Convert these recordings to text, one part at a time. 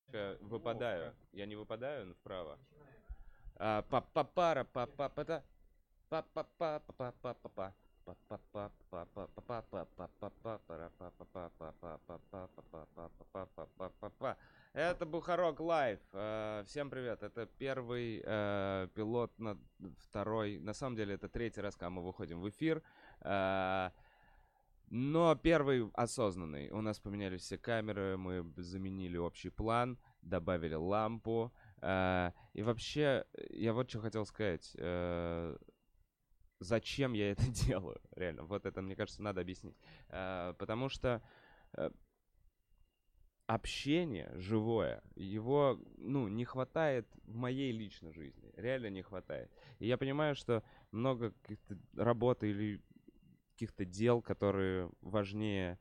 Выпадаю. Я не выпадаю вправо. Па-па-пара, па-па-па-та. Па-па-па-па-па-па-па. Это Бухарок Лайв. Всем привет. Это первый пилот, второй. На самом деле это третий раз, когда мы выходим в эфир. Но первый осознанный. У нас поменялись все камеры, мы заменили общий план, добавили лампу. И вообще, я вот что хотел сказать. Зачем я это делаю? Реально, вот это, мне кажется, надо объяснить. Потому что общение живое, его, не хватает в моей личной жизни. Реально не хватает. И я понимаю, что много каких-то работы или каких-то дел, которые важнее.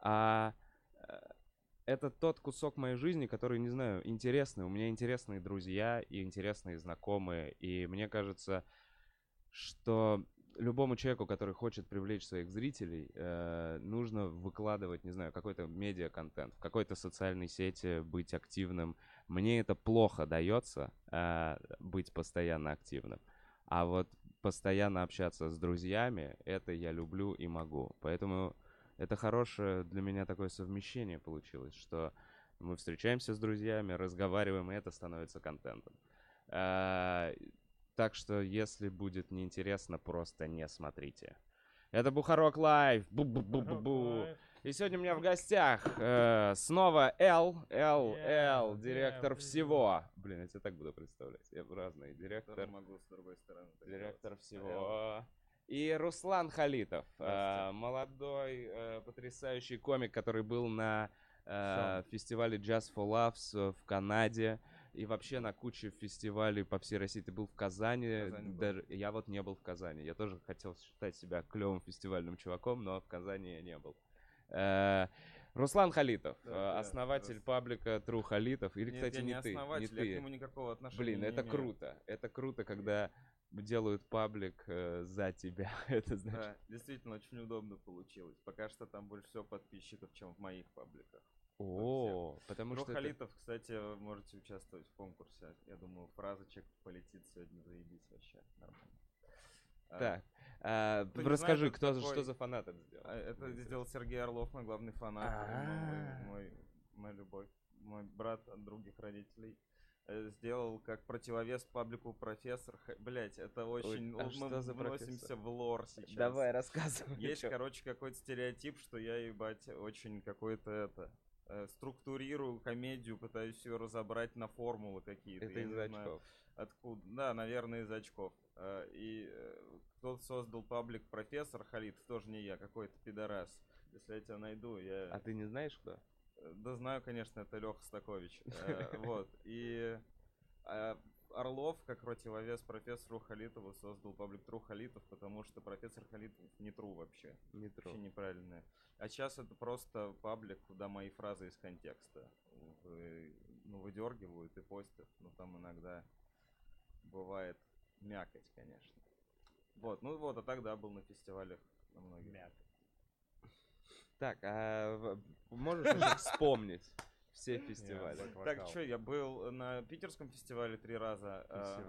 Это тот кусок моей жизни, который, не знаю, интересный. У меня интересные друзья и интересные знакомые. И мне кажется, что любому человеку, который хочет привлечь своих зрителей, нужно выкладывать, не знаю, какой-то медиа-контент, в какой-то социальной сети быть активным. Мне это плохо дается, быть постоянно активным. А вот постоянно общаться с друзьями, это я люблю и могу. Поэтому это хорошее для меня такое совмещение получилось, что мы встречаемся с друзьями, разговариваем, и это становится контентом. Так что, если будет неинтересно, просто не смотрите. Это Бухарок Лайв. Бу-бу-бу-бу-бу. И сегодня у меня в гостях снова Л, директор всего. Блин, я тебя так буду представлять. Я разный директор. Могу с другой стороны. Директор всего. И Руслан Халитов. Молодой, потрясающий комик, который был на фестивале Just for Laughs в Канаде. И вообще на куче фестивалей по всей России. Ты был в Казани. Даже я вот не был в Казани. Я тоже хотел считать себя клевым фестивальным чуваком, но в Казани я не был. Руслан Халитов, основатель паблика True Халитов. Или, кстати, я не ты. Основатель, не ты. Я к нему никакого отношения Блин, не это имею. круто. Это круто, когда делают паблик за тебя. Это значит. Да, действительно очень удобно получилось. Пока что там больше всего подписчиков, чем в моих пабликах. Потому что Халитов, кстати, вы можете участвовать в конкурсе. Я думаю, фразочек полетит сегодня, заебись вообще. Нормально. Так, расскажи, что за фанат это сделал? Это сделал Сергей Орлов, мой главный фанат, мой любовь, мой брат от других родителей. Сделал как противовес паблику профессор. Блять, это очень... Мы выносимся в лор сейчас. Давай, рассказывай. Есть, какой-то стереотип, что я, ебать, очень какой-то структурирую комедию, пытаюсь ее разобрать на формулы какие-то. Это из очков. Откуда? Да, наверное, из очков. И кто-то создал паблик профессор Халитов, тоже не я, какой-то пидорас. Если я тебя найду, я... А ты не знаешь, кто? Да знаю, конечно, это Леха Стакович. Вот. И Орлов, как противовес профессору Халитову, создал паблик True Халитов, потому что профессор Халитов не true вообще. Не true. Вообще неправильное. А сейчас это просто паблик, куда мои фразы из контекста выдергивают и постят. Но там иногда бывает мякоть, конечно. Вот, а тогда был на фестивалях на многих. Мякоть. Так, можешь уже вспомнить все фестивали? Так, что, я был на питерском фестивале 3 раза.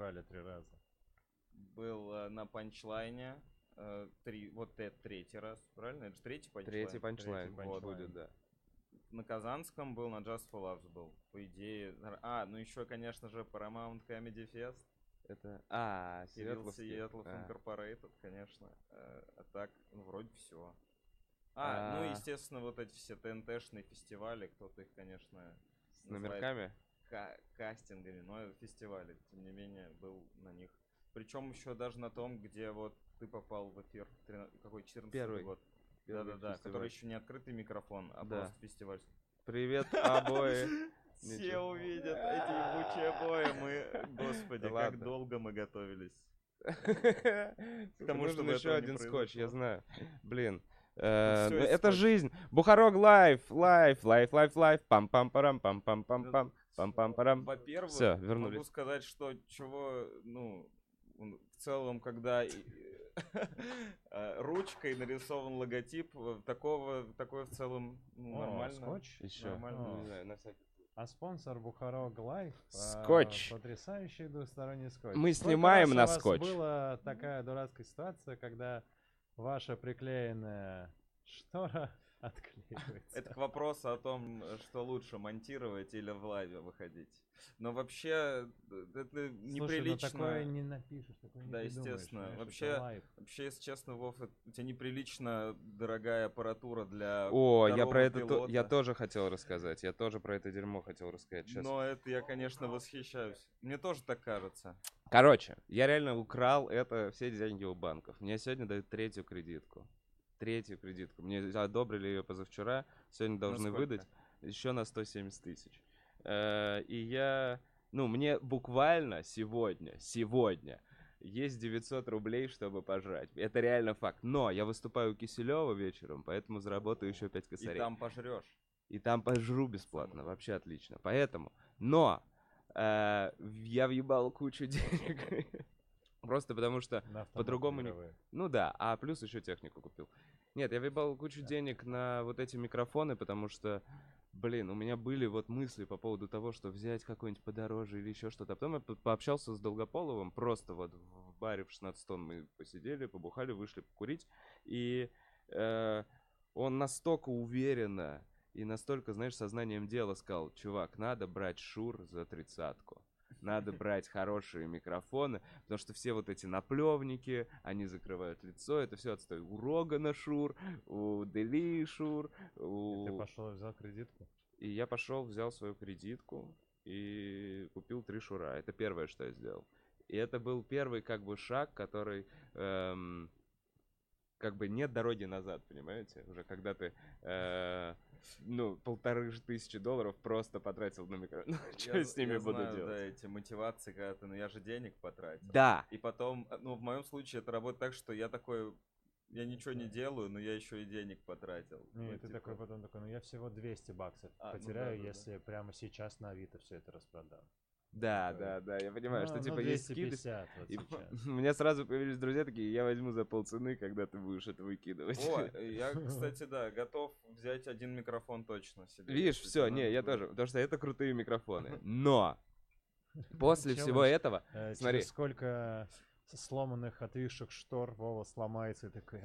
Был на панчлайне. Вот это третий раз, правильно? Это же третий панчлайн. Третий панчлайн будет, да. На Казанском был, на Just for Laughs был. По идее. Ну еще, конечно же, Paramount Comedy Fest. Это... Сиэтлов Incorporated, конечно. А так, вроде все. Ну, естественно, вот эти все ТНТ-шные фестивали, кто-то их, конечно, с номерками? Кастингами, но фестивали, тем не менее, был на них. Причем еще даже на том, где вот ты попал в эфир, какой, 14-й год. Да, который еще не открытый микрофон, а просто фестиваль. Привет, обои. Все увидят эти ебучие обои. Господи, как долго мы готовились. Потому что еще один скотч, я знаю. Блин. Это жизнь. Бухарок лайв. Пам-пам-парам, пам-пам-пам-пам. Пам-пам-парам. Во-первых, все, вернулись. Могу сказать, что в целом, когда ручкой нарисован логотип, такое в целом нормально. Скотч еще? Нормально. Не знаю, на всякий случай. А спонсор Бухарог Лайф. Скотч. Потрясающий двусторонний скотч. Мы Сколько снимаем раз на у вас скотч. была такая дурацкая ситуация, когда ваша приклеенная штора отклеивается? Это к вопросу о том, что лучше монтировать или в лайве выходить. Но вообще, это Слушай, неприлично. ну такое не напишешь, такое не Да, придумаешь, естественно. понимаешь, это Вообще, лайв. если честно, Вов, у тебя неприлично дорогая аппаратура для О, я второго про это пилота. я тоже хотел рассказать. Я тоже про это дерьмо хотел рассказать. Сейчас. Но это я, конечно, восхищаюсь. Мне тоже так кажется. Короче, я реально украл это все деньги у банков. Мне сегодня дают третью кредитку. Мне одобрили ее позавчера. Сегодня должны сколько? выдать еще на 170 тысяч. И я... Ну, мне буквально сегодня есть 900 рублей, чтобы пожрать. Это реально факт. Но я выступаю у Киселева вечером, поэтому заработаю еще 5 И косарей. там пожрешь. И там пожру бесплатно. Вообще отлично. Поэтому... Но я въебал кучу денег. Просто потому что по-другому не... Ну да, а плюс еще технику купил. Нет, я въебал кучу денег на вот эти микрофоны, потому что, блин, у меня были вот мысли по поводу того, что взять какой-нибудь подороже или еще что-то. А потом я пообщался с Долгополовым, просто вот в баре в 16 тонн мы посидели, побухали, вышли покурить. И он настолько уверенно и настолько, знаешь, сознанием дела сказал: чувак, надо брать Шур за 30-ку. Надо брать хорошие микрофоны, потому что все вот эти наплевники, они закрывают лицо, это все отстой. У Рогана Шур, у Дели Шур, И ты пошел и взял кредитку? И я пошел, взял свою кредитку и купил 3 Шура. Это первое, что я сделал. И это был первый как бы шаг, который... как бы нет дороги назад, понимаете? Уже когда ты, ну, $1500 просто потратил на микрофон. Ну, что я с ними буду знаю, делать? Да, эти мотивации, когда ты, ну я же денег потратил. Да. И потом, ну в моем случае это работает так, что я такой, я ничего не делаю, но я еще и денег потратил. Не, Ну, ты типа, такой потом такой, ну я всего 200 баксов ну потеряю, да. если прямо сейчас на Авито все это распродам. Да, Такой, да, я понимаю, что ну, типа есть скидки. 250 вот И сейчас. у меня сразу появились друзья такие: я возьму за полцены, когда ты будешь это выкидывать. О, я, кстати, да, готов взять один микрофон точно себе. Видишь, если все, надо не, я будет. тоже, потому что это крутые микрофоны. Но после всего Челлендж. этого, смотри, Через сколько сломанных, отвисших штор Вова сломается и такой,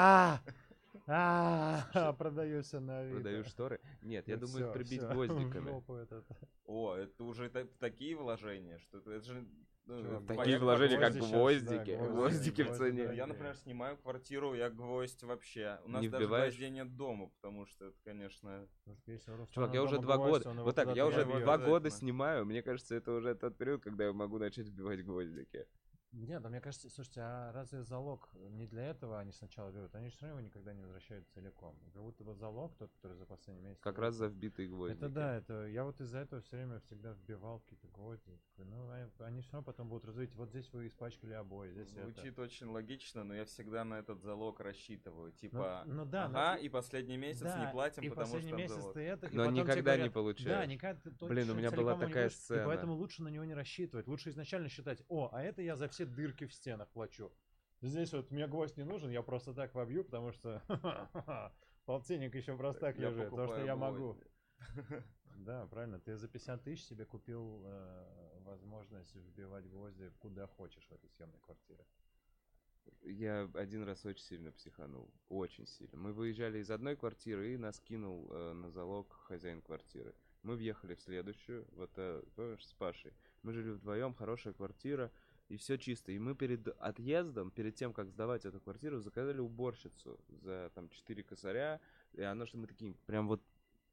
продаюсь на Авито. продаю шторы. Нет, я Ну думаю их всё, прибить всё, гвоздиками. в жопу этот. О, это уже такие вложения, что это же... ну, Чувак, это Такие понятно, вложения, как гвозди щас, гвоздики. да, Гвоздики в гвозди, цене. да. Я, например, снимаю квартиру, я гвоздь вообще. У нас Не даже вбиваешь? гвоздей нет дома, потому что это, конечно... Чувак, я уже 2 года. Вот так, я уже куда-то 2 забьёт. года снимаю. Мне кажется, это уже тот период, когда я могу начать вбивать гвоздики. Нет, да мне кажется, слушайте, а разве залог не для этого они сначала берут? Они же все равно его никогда не возвращают целиком. Как будто бы залог, тот, который за последний месяц. Как раз за вбитые гвоздики. Это да, это я вот из-за этого все время всегда вбивал какие-то гвозди. Ну, они все равно потом будут развить. Вот здесь вы испачкали обои, здесь Звучит это. очень логично, но я всегда на этот залог рассчитываю. Типа, Ну да, ага, и последний месяц да, не платим, и потому что последний там месяц залог. ты это, и Но потом тебе никогда не говорят, получаешь. Да, никогда ты Блин, у меня целиком была его не такая будешь, сцена. И поэтому лучше на него не рассчитывать. Лучше изначально считать: о, а это я за все дырки в стенах плачу. Здесь вот мне гвоздь не нужен, я просто так вобью, потому что полтинник еще просто так Я лежит, то, что покупаю я могу. гвозди. Да, правильно. Ты за 50 тысяч себе купил возможность вбивать гвозди куда хочешь в этой съемной квартире. Я один раз очень сильно психанул. Очень сильно. Мы выезжали из одной квартиры, и нас кинул на залог хозяин квартиры. Мы въехали в следующую, вот, помнишь, с Пашей. Мы жили вдвоем, хорошая квартира, и все чисто. И мы перед отъездом, перед тем, как сдавать эту квартиру, заказали уборщицу за там 4 косаря. И оно, что мы такие, прям вот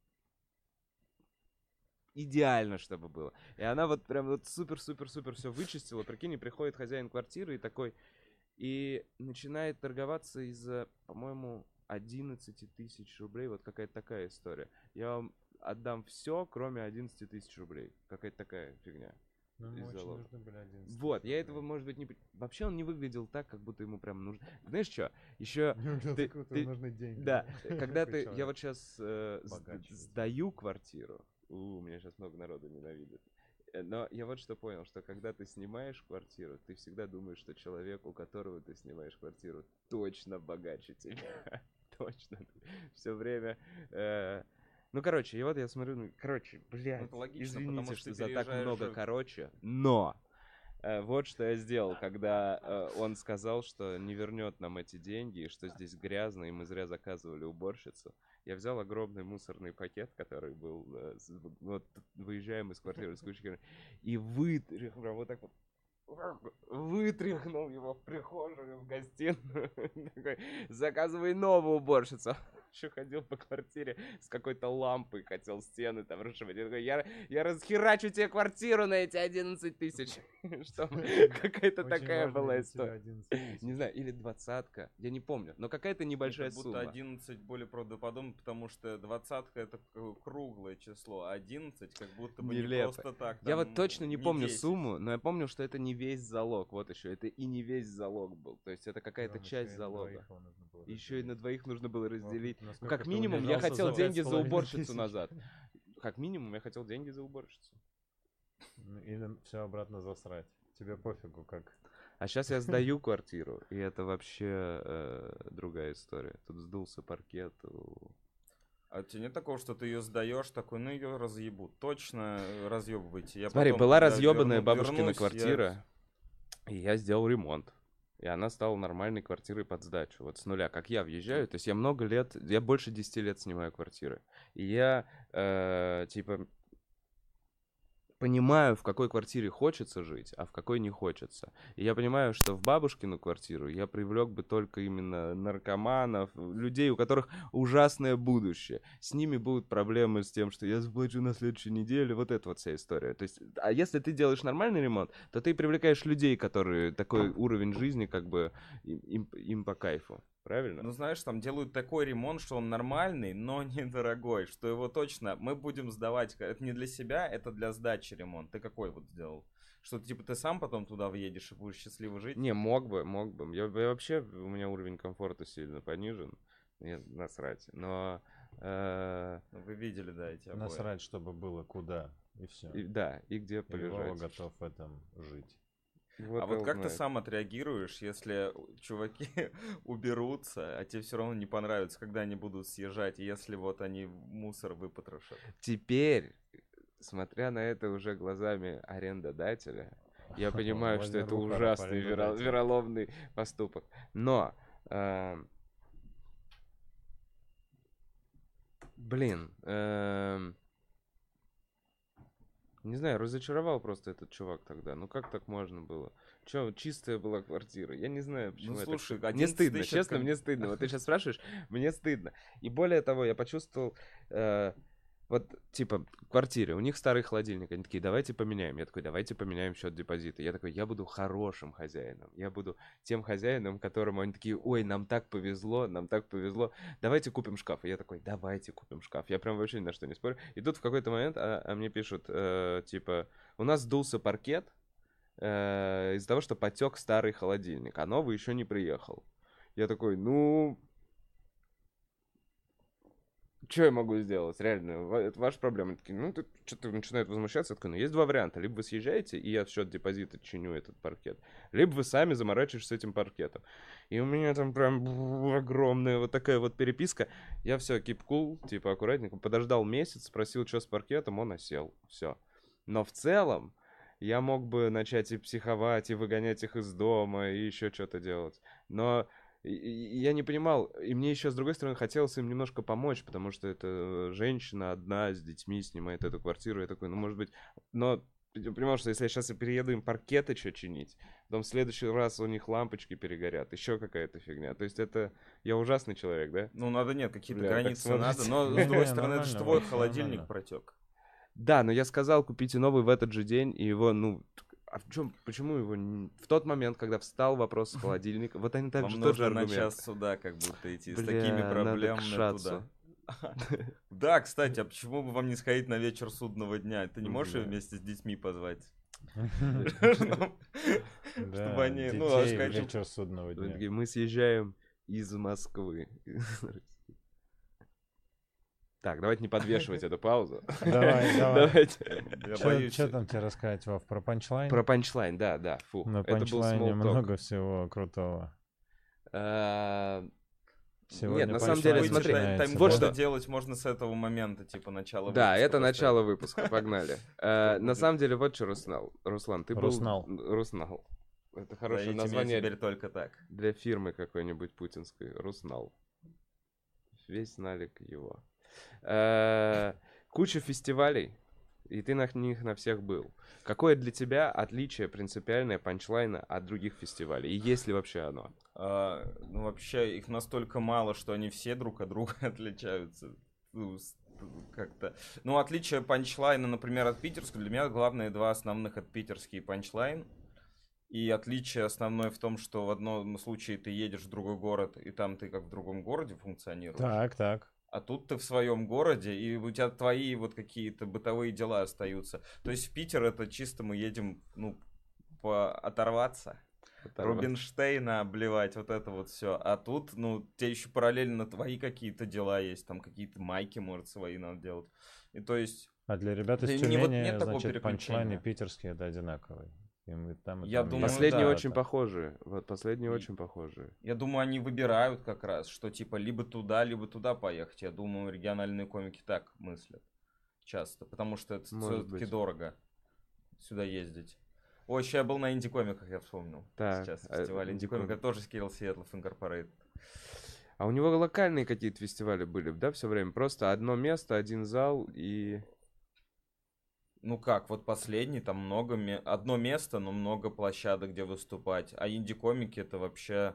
идеально, чтобы было. И она вот прям вот супер-супер-супер все вычистила. Прикинь, и приходит хозяин квартиры и такой... И начинает торговаться из-за, по-моему, 11 тысяч рублей. Вот какая-то такая история. Я вам отдам все, кроме 11 тысяч рублей. Какая-то такая фигня. Ну, Из ему очень залога. нужны были 11 Вот, тысяч я этого, рублей. может быть, не... Вообще он не выглядел так, как будто ему прям нужно... Знаешь что? Еще... ты- нужны деньги. Да, когда Такой ты... Я человек. вот сейчас Богаче. сдаю квартиру. Меня сейчас много народу ненавидит. Но я вот что понял, что когда ты снимаешь квартиру, ты всегда думаешь, что человек, у которого ты снимаешь квартиру, точно богаче тебя. Точно. Все время Ну, короче, и вот я смотрю, ну, короче, блядь, это логично, извините, потому что что ты за так переезжаешь много же- короче, но вот что я сделал, когда он сказал, что не вернет нам эти деньги, и что здесь грязно, и мы зря заказывали уборщицу. Я взял огромный мусорный пакет, который был, вот выезжаем из квартиры с кучей, и вытряхнул, прям вот так вот, вытряхнул его в прихожую, в гостиную. Такой, заказывай новую уборщицу. Еще ходил по квартире с какой-то лампой, хотел стены там расшивать. Я такой, я расхерачу тебе квартиру на эти 11 тысяч. Что, какая-то Очень такая важно была для тебя история. 11 тысяч. Не знаю, или 20-ка, я не помню, но какая-то небольшая Это будто сумма. 11 более правдоподобно, потому что 20-ка это круглое число, а 11 как будто бы не Нелепо. просто так. Я там, вот точно не помню 10. сумму, но я помню, что это не весь залог. Вот еще, это и не весь залог был. То есть это какая-то Прям часть еще и на залога. двоих его нужно было Еще и на разделить. двоих нужно было разделить. Ну, Насколько как ты минимум, я унижался хотел за деньги за 5,5 уборщицу тысяч. назад. Как минимум, я хотел деньги за уборщицу. Ну, или все обратно засрать. Тебе пофигу, как. А сейчас я сдаю квартиру, и это вообще другая история. Тут сдулся паркет. А у тебя нет такого, что ты ее сдаешь, такой, ну ее разъебут. Точно разъебывайте. Я Смотри, потом, была когда разъебанная бабушкина вернусь, квартира, и я сделал ремонт. И она стала нормальной квартирой под сдачу. Вот с нуля, как я въезжаю. То есть я много лет, я больше 10 лет снимаю квартиры. И я, типа, понимаю, в какой квартире хочется жить, а в какой не хочется. И я понимаю, что в бабушкину квартиру я привлек бы только именно наркоманов, людей, у которых ужасное будущее. С ними будут проблемы с тем, что я заплачу на следующей неделе. Вот это вот вся история. То есть, а если ты делаешь нормальный ремонт, то ты привлекаешь людей, которые такой уровень жизни, как бы, им по кайфу. Правильно? Ну, знаешь, там делают такой ремонт, что он нормальный, но недорогой, что его точно мы будем сдавать. Это не для себя, это для сдачи ремонт. Ты какой вот сделал? Что, типа, ты сам потом туда въедешь и будешь счастливо жить? Не, мог бы. Я вообще, у меня уровень комфорта сильно понижен. Мне насрать. Но... Вы видели, да, эти обои. Насрать, чтобы было куда. И все. да, и где И Вова полежать. готов в этом жить. А вот как ты знает. сам отреагируешь, если чуваки уберутся, а тебе все равно не понравится, когда они будут съезжать, если вот они мусор выпотрошат? Теперь, смотря на это уже глазами арендодателя, я понимаю, что это Лазерухара ужасный по арендодателю. вероломный поступок. Но... Блин, не знаю, разочаровал просто этот чувак тогда. Ну как так можно было? Че, чистая была квартира? Я не знаю, почему Ну я слушай, так... 11 Мне стыдно, тысяч честно, это- мне стыдно. Вот ты сейчас спрашиваешь, мне стыдно. И более того, я почувствовал... вот, типа, в квартире, у них старый холодильник. Они такие, давайте поменяем. Я такой, давайте поменяем счет депозита. Я такой, я буду хорошим хозяином. Я буду тем хозяином, которому они такие, ой, нам так повезло, давайте купим шкаф. И я такой, давайте купим шкаф. Я прям вообще ни на что не спорю. И тут в какой-то момент мне пишут, типа, у нас сдулся паркет из-за того, что потек старый холодильник, а новый еще не приехал. Я такой, ну... Что я могу сделать? Реально, это ваша проблема. Они такие, ну, ты что-то начинает возмущаться. Я такой, ну, есть два варианта. Либо вы съезжаете, и я в счет депозита чиню этот паркет. Либо вы сами заморачиваетесь с этим паркетом. И у меня там прям огромная вот такая вот переписка. Я все, keep cool, типа, аккуратненько. Подождал месяц, спросил, что с паркетом, он осел. Все. Но в целом, я мог бы начать и психовать, и выгонять их из дома, и еще что-то делать. Но... И я не понимал, и мне еще, с другой стороны, хотелось им немножко помочь, потому что это женщина одна с детьми снимает эту квартиру. Я такой, ну, может быть... Но я понимал, что если я сейчас перееду им паркеты что чинить, потом в следующий раз у них лампочки перегорят, еще какая-то фигня. То есть это... Я ужасный человек, да? Ну, надо, нет, какие-то Бля, так границы надо, смотрите. но, с Не, другой стороны, это же нормально, твой вообще холодильник нормально. протек. Да, но я сказал, купите новый в этот же день, и его, ну... А почему его... В тот момент, когда встал вопрос с холодильника, вот они так Вам же тоже нужно на аргумент. час сюда как будто идти, с Бля, такими надо проблемами к Шацу. туда. Да, кстати, а почему бы вам не сходить на вечер судного дня? Ты не можешь ее Бля. вместе с детьми позвать? Да, Чтобы они, ну, а детей сказать, что- вечер судного Они дня. такие, мы съезжаем из Москвы. Так, давайте не подвешивать эту паузу. Давай. Давайте. Я боюсь. Что там тебе рассказать, Вов, про панчлайн? Про панчлайн, да. Фу, На это был панчлайне small talk. много всего крутого. Сегодня на самом деле, панчлайн смотри, начинается, вот да. что- делать можно с этого момента, типа начала Да, выпуска это поставить. начало выпуска, погнали. На будет? самом деле, вот что, Руслан, ты был... Руснал. Руснал. Это хорошее Зовите меня название теперь только так. для фирмы какой-нибудь путинской. Руснал. Весь налик его. Куча фестивалей, и ты на них на всех был. Какое для тебя отличие принципиальное панчлайна от других фестивалей? И есть ли вообще оно? Ну, вообще, их настолько мало, что они все друг от друга отличаются. Ну, как-то. Ну, отличие панчлайна, например, от питерского, для меня главные два основных — это питерский и панчлайн. И отличие основное в том, что в одном случае ты едешь в другой город, и там ты как в другом городе функционируешь. Так. А тут ты в своем городе, и у тебя твои вот какие-то бытовые дела остаются. То есть в Питер это чисто мы едем, ну, оторваться. Рубинштейна обливать, вот это вот все. А тут, ну, тебе еще параллельно твои какие-то дела есть, там какие-то майки, может, свои надо делать. И то есть... А для ребят из Да не, вот Тюмени, нет такого значит, панчлайн и переключения. питерский это одинаковый. Им и там, и Я там думаю, есть. Последние да, очень так. похожи. Вот последние И- очень похожи. Я думаю, они выбирают как раз, что типа либо туда поехать. Я думаю, региональные комики так мыслят часто, потому что это Может все-таки быть. дорого сюда ездить. Ой, еще я был на инди-комиках, я вспомнил. Так, Сейчас а фестиваль инди-комика инди-комик. тоже Scale Seattle Incorporated. А у него локальные какие-то фестивали были, да, все время? Просто одно место, один зал и... Ну как, вот последний, там много... Одно место, но много площадок, где выступать. А инди-комики это вообще...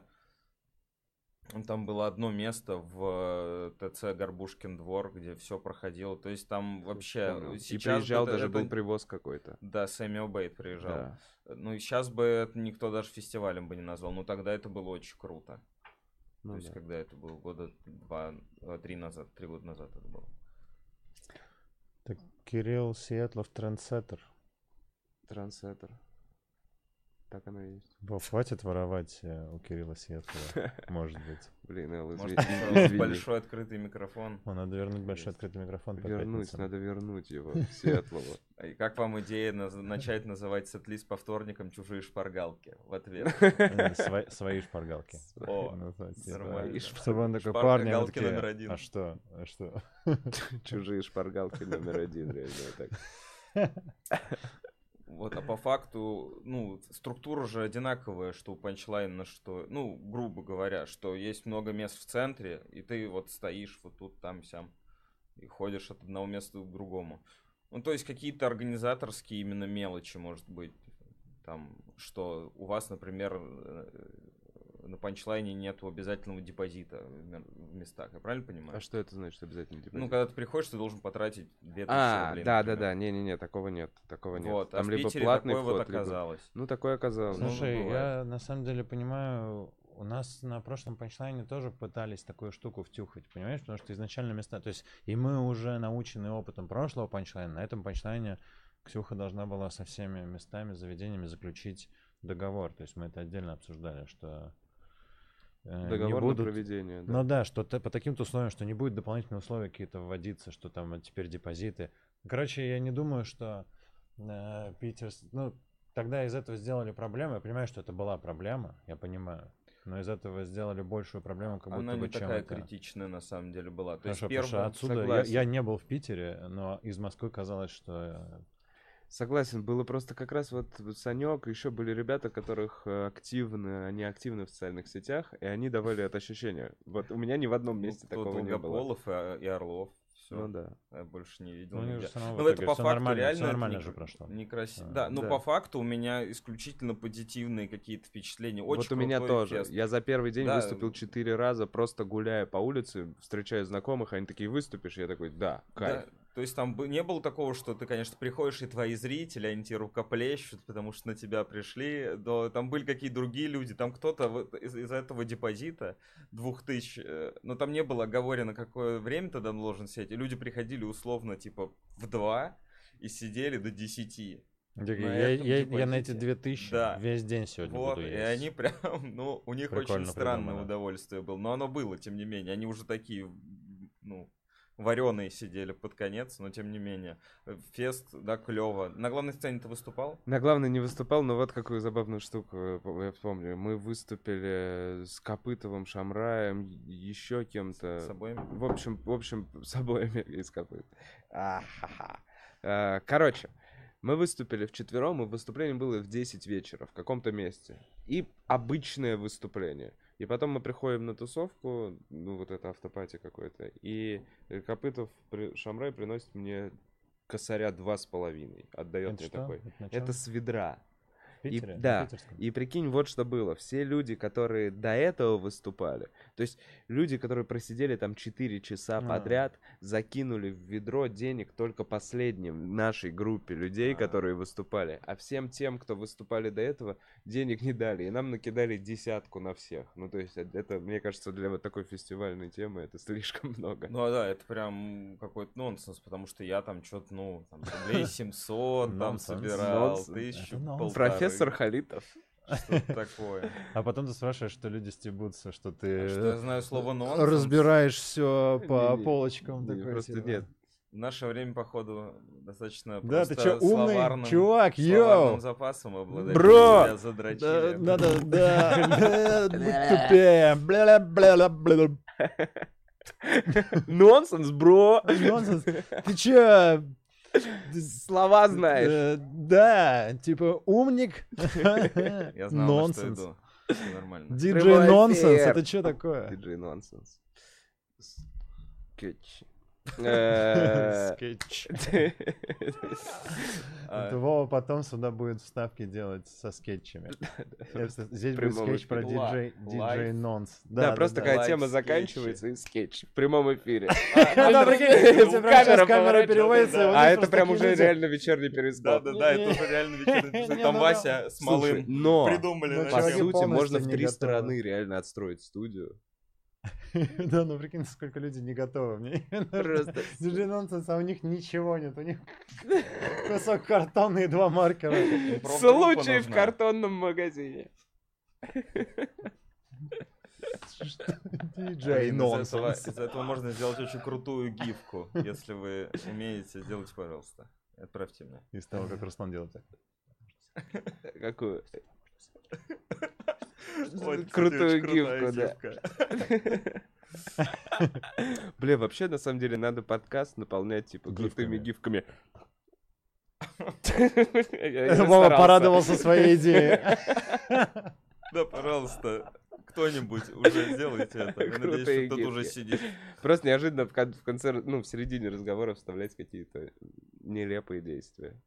Там было одно место в ТЦ Горбушкин двор, где все проходило. То есть там вообще... Понял. И Сейчас приезжал, бы даже был привоз какой-то. Да, Сэмюэл Бейт приезжал. Да. Ну и сейчас бы это никто даже фестивалем бы не назвал. Но тогда это было очень круто. Ну То есть, да. когда это было года 3 назад, 3 года назад это было. Так, Кирилл Сиэтлов трендсеттер. Трансеттер. Так оно и есть. Вов, хватит воровать у Кирилла Сиэтлова, может быть. Блин, Эл, Может, извини. большой открытый микрофон. Надо вернуть большой Есть. открытый микрофон по Вернуть, пятницам. надо вернуть его, Светлого. И как вам идея начать называть сет-лист по вторникам «Чужие шпаргалки» в ответ? Свои шпаргалки. О, Назвать, типа, нормально. Чтобы он такой, Шпаргалки парни, они такие, номер один. а что? А что? Чужие шпаргалки номер один, реально так. Вот, а по факту, ну, структура же одинаковая, что у панчлайна, что, ну, грубо говоря, что есть много мест в центре, и ты вот стоишь вот тут, там, сям, и ходишь от одного места к другому. Ну, то есть какие-то организаторские именно мелочи, может быть, там, что у вас, например, на панчлайне нету обязательного депозита в местах, я правильно понимаю? А что это значит обязательно? Ну, когда ты приходишь, ты должен потратить 2000 рублей, да, например. не-не-не, такого нет, такого нет. Вот, а Там в либо Питере платный такое вот вход, либо... оказалось. Ну, такое оказалось. Ну, Слушай, бывает. я на самом деле понимаю, у нас на прошлом панчлайне тоже пытались такую штуку втюхать, понимаешь? Потому что изначально места... То есть и мы уже научены опытом прошлого панчлайна. На этом панчлайне Ксюха должна была со всеми местами, заведениями заключить договор. То есть мы это отдельно обсуждали, что... Договор на проведение, да. Ну да, что по таким-то условиям, что не будет дополнительные условия какие-то вводиться, что там вот теперь депозиты. Короче, я не думаю, что Питер... Ну, тогда из этого сделали проблему. Я понимаю, что это была проблема, я понимаю. Но из этого сделали большую проблему, как будто Она бы не чем такая это. критичная на самом деле была. То Хорошо, есть потому что первое... отсюда согласен. я не был в Питере, но из Москвы казалось, что... Согласен, было просто как раз вот Санек, еще были ребята, которых они активны в социальных сетях, и они давали это ощущение. Вот у меня ни в одном месте такого не было. Долгополов и Орлов. Все. Ну да. Я больше не видел. Ну, у них нигде. же всё равно в Ну, это итоге по всё факту нормально, реально всё это нормально же прошло. некрасиво. А, Да, но да. по факту у меня исключительно позитивные какие-то впечатления. Очень Вот у меня крутой тоже. фест. Я за первый день Да. выступил 4 раза, просто гуляя по улице, встречая знакомых, они такие, выступишь? Я такой, да, кайф. Да, то есть там не было такого, что ты, конечно, приходишь, и твои зрители, они тебе рукоплещут, потому что на тебя пришли. Но там были какие-то другие люди. Там кто-то вот из этого депозита 2000, но там не было оговорено, какое время ты там должен сидеть. И люди приходили условно, типа, в 2 и сидели до 10. Я этом на эти депозите. 2000 Да. весь день сегодня Вот, буду и есть. они прям, ну, у них Прикольно очень странное придумано. удовольствие было. Но оно было, тем не менее. Они уже такие, ну, вареные сидели под конец, но тем не менее. Фест, да, клево. На главной сцене ты выступал? На главной не выступал, но вот какую забавную штуку я вспомню. Мы выступили с Копытовым, Шамраем, еще кем-то. С обоими? В общем, с обоими из Копыт. Короче, мы выступили вчетвером, и выступление было в 10 вечера в каком-то месте. И обычное выступление. И потом мы приходим на тусовку, ну вот это автопати какой-то, и Копытов, Шамрай приносит мне косаря 2,5. Отдает Это мне что? такой. Это на чём? Это с ведра. В Питере? На Да, питерском? и прикинь, вот что было. Все люди, которые до этого выступали, то есть люди, которые просидели там 4 часа подряд, закинули в ведро денег только последним нашей группе людей, которые выступали. А всем тем, кто выступали до этого, денег не дали. И нам накидали 10 на всех. Ну, то есть это, мне кажется, для вот такой фестивальной темы это слишком много. Ну да, это прям какой-то нонсенс, потому что я там что-то, ну, там, рублей 700 там Нонсенс. собирал, Нонсенс. 1000, Это нонсенс. полторы. Профессор Халитов. Что-то такое. А потом ты спрашиваешь, что люди стебутся, что ты Что я знаю слово нонсенс. разбираешь все по Не-не, полочкам. Не, такой, просто типа. нет. В наше время, походу, достатно Да, ты просто чё, умный словарным, чувак, словарным йоу! запасом обладать. Бро! Тебя задрочили. Да, надо, да, быть тупее. Бля-бля-бля-бля. Нонсенс, бро! Нонсенс. Ты чё? Слова знаешь. Да, типа умник. Я знал, на что Нонсенс. иду. Всё нормально. Диджей Прямой Нонсенс, эфир. это что такое? Диджей Нонсенс. Скетч. Скетч. А, Это Вова потом сюда будет вставки делать со скетчами. Здесь будет Прямом скетч про эфире. диджей Лайв. Нонс. Да, просто такая Лайв тема скетчи. заканчивается и скетч в прямом эфире. Да, прикинь, если прям сейчас камера поворачивается, переводится, и вот А здесь это просто прям такие уже люди. реально вечерний перископ. Да, это уже реально вечерний писок. Не, Там ну, Вася с Слушай, малым но придумали. ну, на по чуваки тему. сути полностью можно в не 3 готовы. стороны реально отстроить студию. Да, ну прикинь, сколько людей не готовы. Мне Просто диджей Нонсенс, а у них ничего нет. У них кусок картона и 2 маркера. Профгруппа случай в нужна. картонном магазине. Диджей Блин, Нонсенс. из этого можно сделать очень крутую гифку. Если вы умеете, сделайте, пожалуйста. Отправьте мне. Из того, как Руслан делает так. Какую? Ой, кстати, Крутую очень крутая гифку, да. гифка. Бля, вообще, на самом деле, надо подкаст наполнять, типа, крутыми Гифками. гифками. Я Вова старался. порадовался своей идее. Да, пожалуйста, кто-нибудь уже сделайте это. Я надеюсь, Крутые что тут уже гифки. сидит. Просто неожиданно в конце, ну, в середине разговора вставлять какие-то нелепые действия.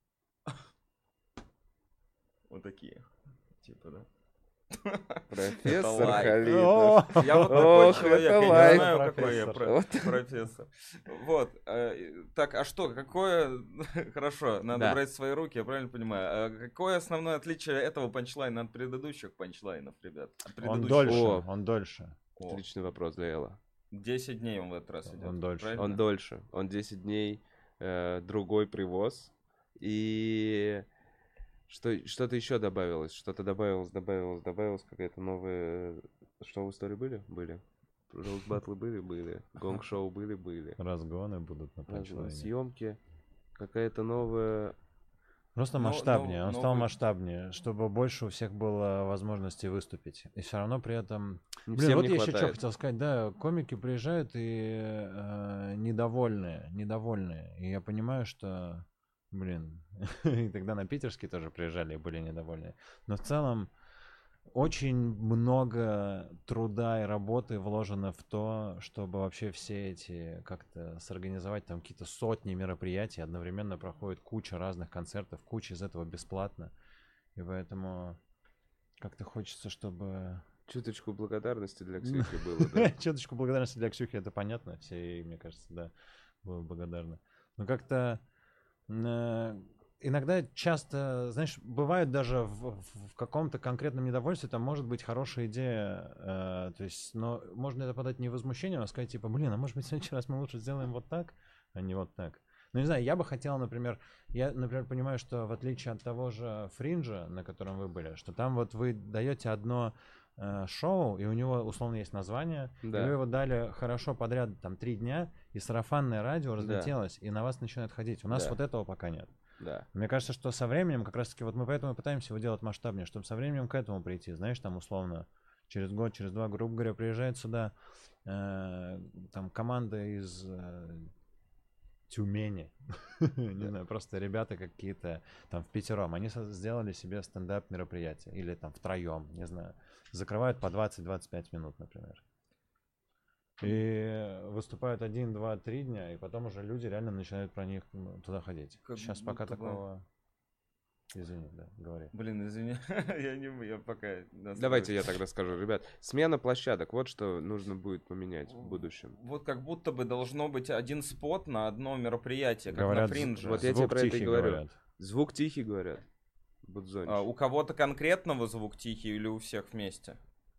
Вот такие. Типа, да. Профессор лайк. Халитов. О, Я вот такой Ох, человек, это я не лайк. знаю, какой я Профессор. профессор. Вот. Так, а что, какое... Хорошо, надо Да. брать в свои руки, я правильно понимаю. А какое основное отличие этого панчлайна от предыдущих панчлайнов, ребят? От Он предыдущих? дольше, О. он дольше. О, Отличный вопрос для Элла. 10 дней он в этот раз идет. Он дольше. правильно? Он дольше. Он 10 дней, другой привоз. И что-то еще добавилось. Что-то добавилось. Какая-то новая... Что в истории были? Были. Роуз батлы были. Гонг-шоу были. Разгоны будут на панчлайне. Съемки. Какая-то новая... Просто Но- масштабнее, но- он стал новый- масштабнее, чтобы больше у всех было возможности выступить. И все равно при этом... Блин, Всем вот не я еще что хватает. хотел сказать, да, комики приезжают и недовольные. И я понимаю, что, блин, и тогда на питерский тоже приезжали и были недовольны. Но в целом очень много труда и работы вложено в то, чтобы вообще все эти как-то сорганизовать там какие-то сотни мероприятий, одновременно проходит куча разных концертов, куча из этого бесплатно. И поэтому как-то хочется, чтобы... Чуточку благодарности для Ксюхи было, да? Чуточку благодарности для Ксюхи, это понятно, все ей, мне кажется, да, будут благодарны. Но как-то иногда часто, знаешь, бывает даже в каком-то конкретном недовольстве, там может быть хорошая идея, то есть, но можно это подать не возмущением, а сказать, типа, блин, а может быть в следующий раз мы лучше сделаем вот так, а не вот так. Ну, не знаю, я бы хотел, например, понимаю, что в отличие от того же Фринджа, на котором вы были, что там вот вы даете одно шоу, и у него, условно, есть название, и вы его дали хорошо подряд, там, 3 дня, и сарафанное радио разлетелось, и на вас начинают ходить. У нас вот этого пока нет. Да. Мне кажется, что со временем, как раз-таки, вот мы поэтому пытаемся его делать масштабнее, чтобы со временем к этому прийти. Знаешь, там, условно, через год, через 2, грубо говоря, приезжает сюда там команда из Тюмени, не знаю, просто ребята какие-то там впятером, они сделали себе стендап-мероприятие, или там втроем, не знаю, закрывают по 20-25 минут, например. И выступают 1, 2, 3 дня, и потом уже люди реально начинают про них туда ходить. Сейчас пока такого... Извини, да, говори. Блин, извини, я пока... Давайте я тогда скажу, ребят. Смена площадок, вот что нужно будет поменять в будущем. Вот как будто бы должно быть один спот на одно мероприятие, как говорят, на Фриндже. Вот я тебе про это и говорю. Звук тихий, говорят. У кого-то конкретного звук тихий или у всех вместе?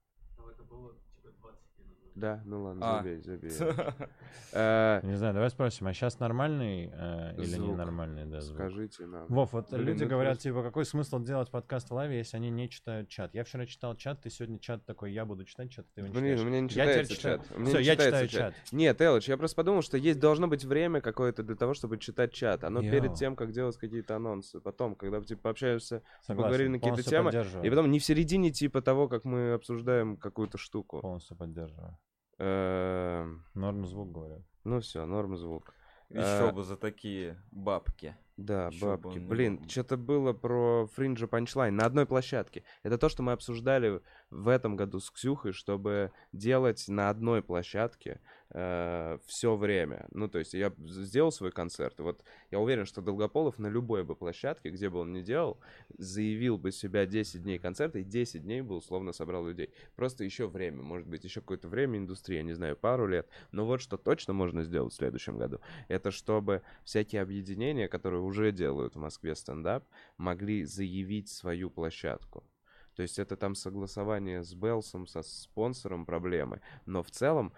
Да, ну ладно, забей. Не знаю, давай спросим, а сейчас нормальный или ненормальный, да, звук? Скажите нам. Вов, вот люди говорят, типа, какой смысл делать подкаст в лайве, если они не читают чат? Я вчера читал чат, ты сегодня чат такой, я буду читать чат, ты его не читаешь. Блин, у меня не читается чат. Все, я читаю чат. Нет, Элыч, я просто подумал, что должно быть время какое-то для того, чтобы читать чат. Оно перед тем, как делать какие-то анонсы. Потом, когда типа пообщаемся, поговорили на какие-то темы. И потом не в середине типа того, как мы обсуждаем какую-то штуку. Полностью поддерживаю. Норм звук, говорят. Ну все, норм звук. Еще бы за такие бабки. Да, бабки. Блин, что-то было про Фринджа Панчлайн на одной площадке. Это то, что мы обсуждали в этом году с Ксюхой, чтобы делать на одной площадке все время. Ну, то есть я сделал свой концерт, и вот я уверен, что Долгополов на любой бы площадке, где бы он ни делал, заявил бы себя 10 дней концерта, и 10 дней бы условно собрал людей. Просто еще время, может быть, еще какое-то время индустрии, я не знаю, пару лет. Но вот что точно можно сделать в следующем году, это чтобы всякие объединения, которые уже делают в Москве стендап, могли заявить свою площадку. То есть это там согласование с Белсом, со спонсором проблемы. Но в целом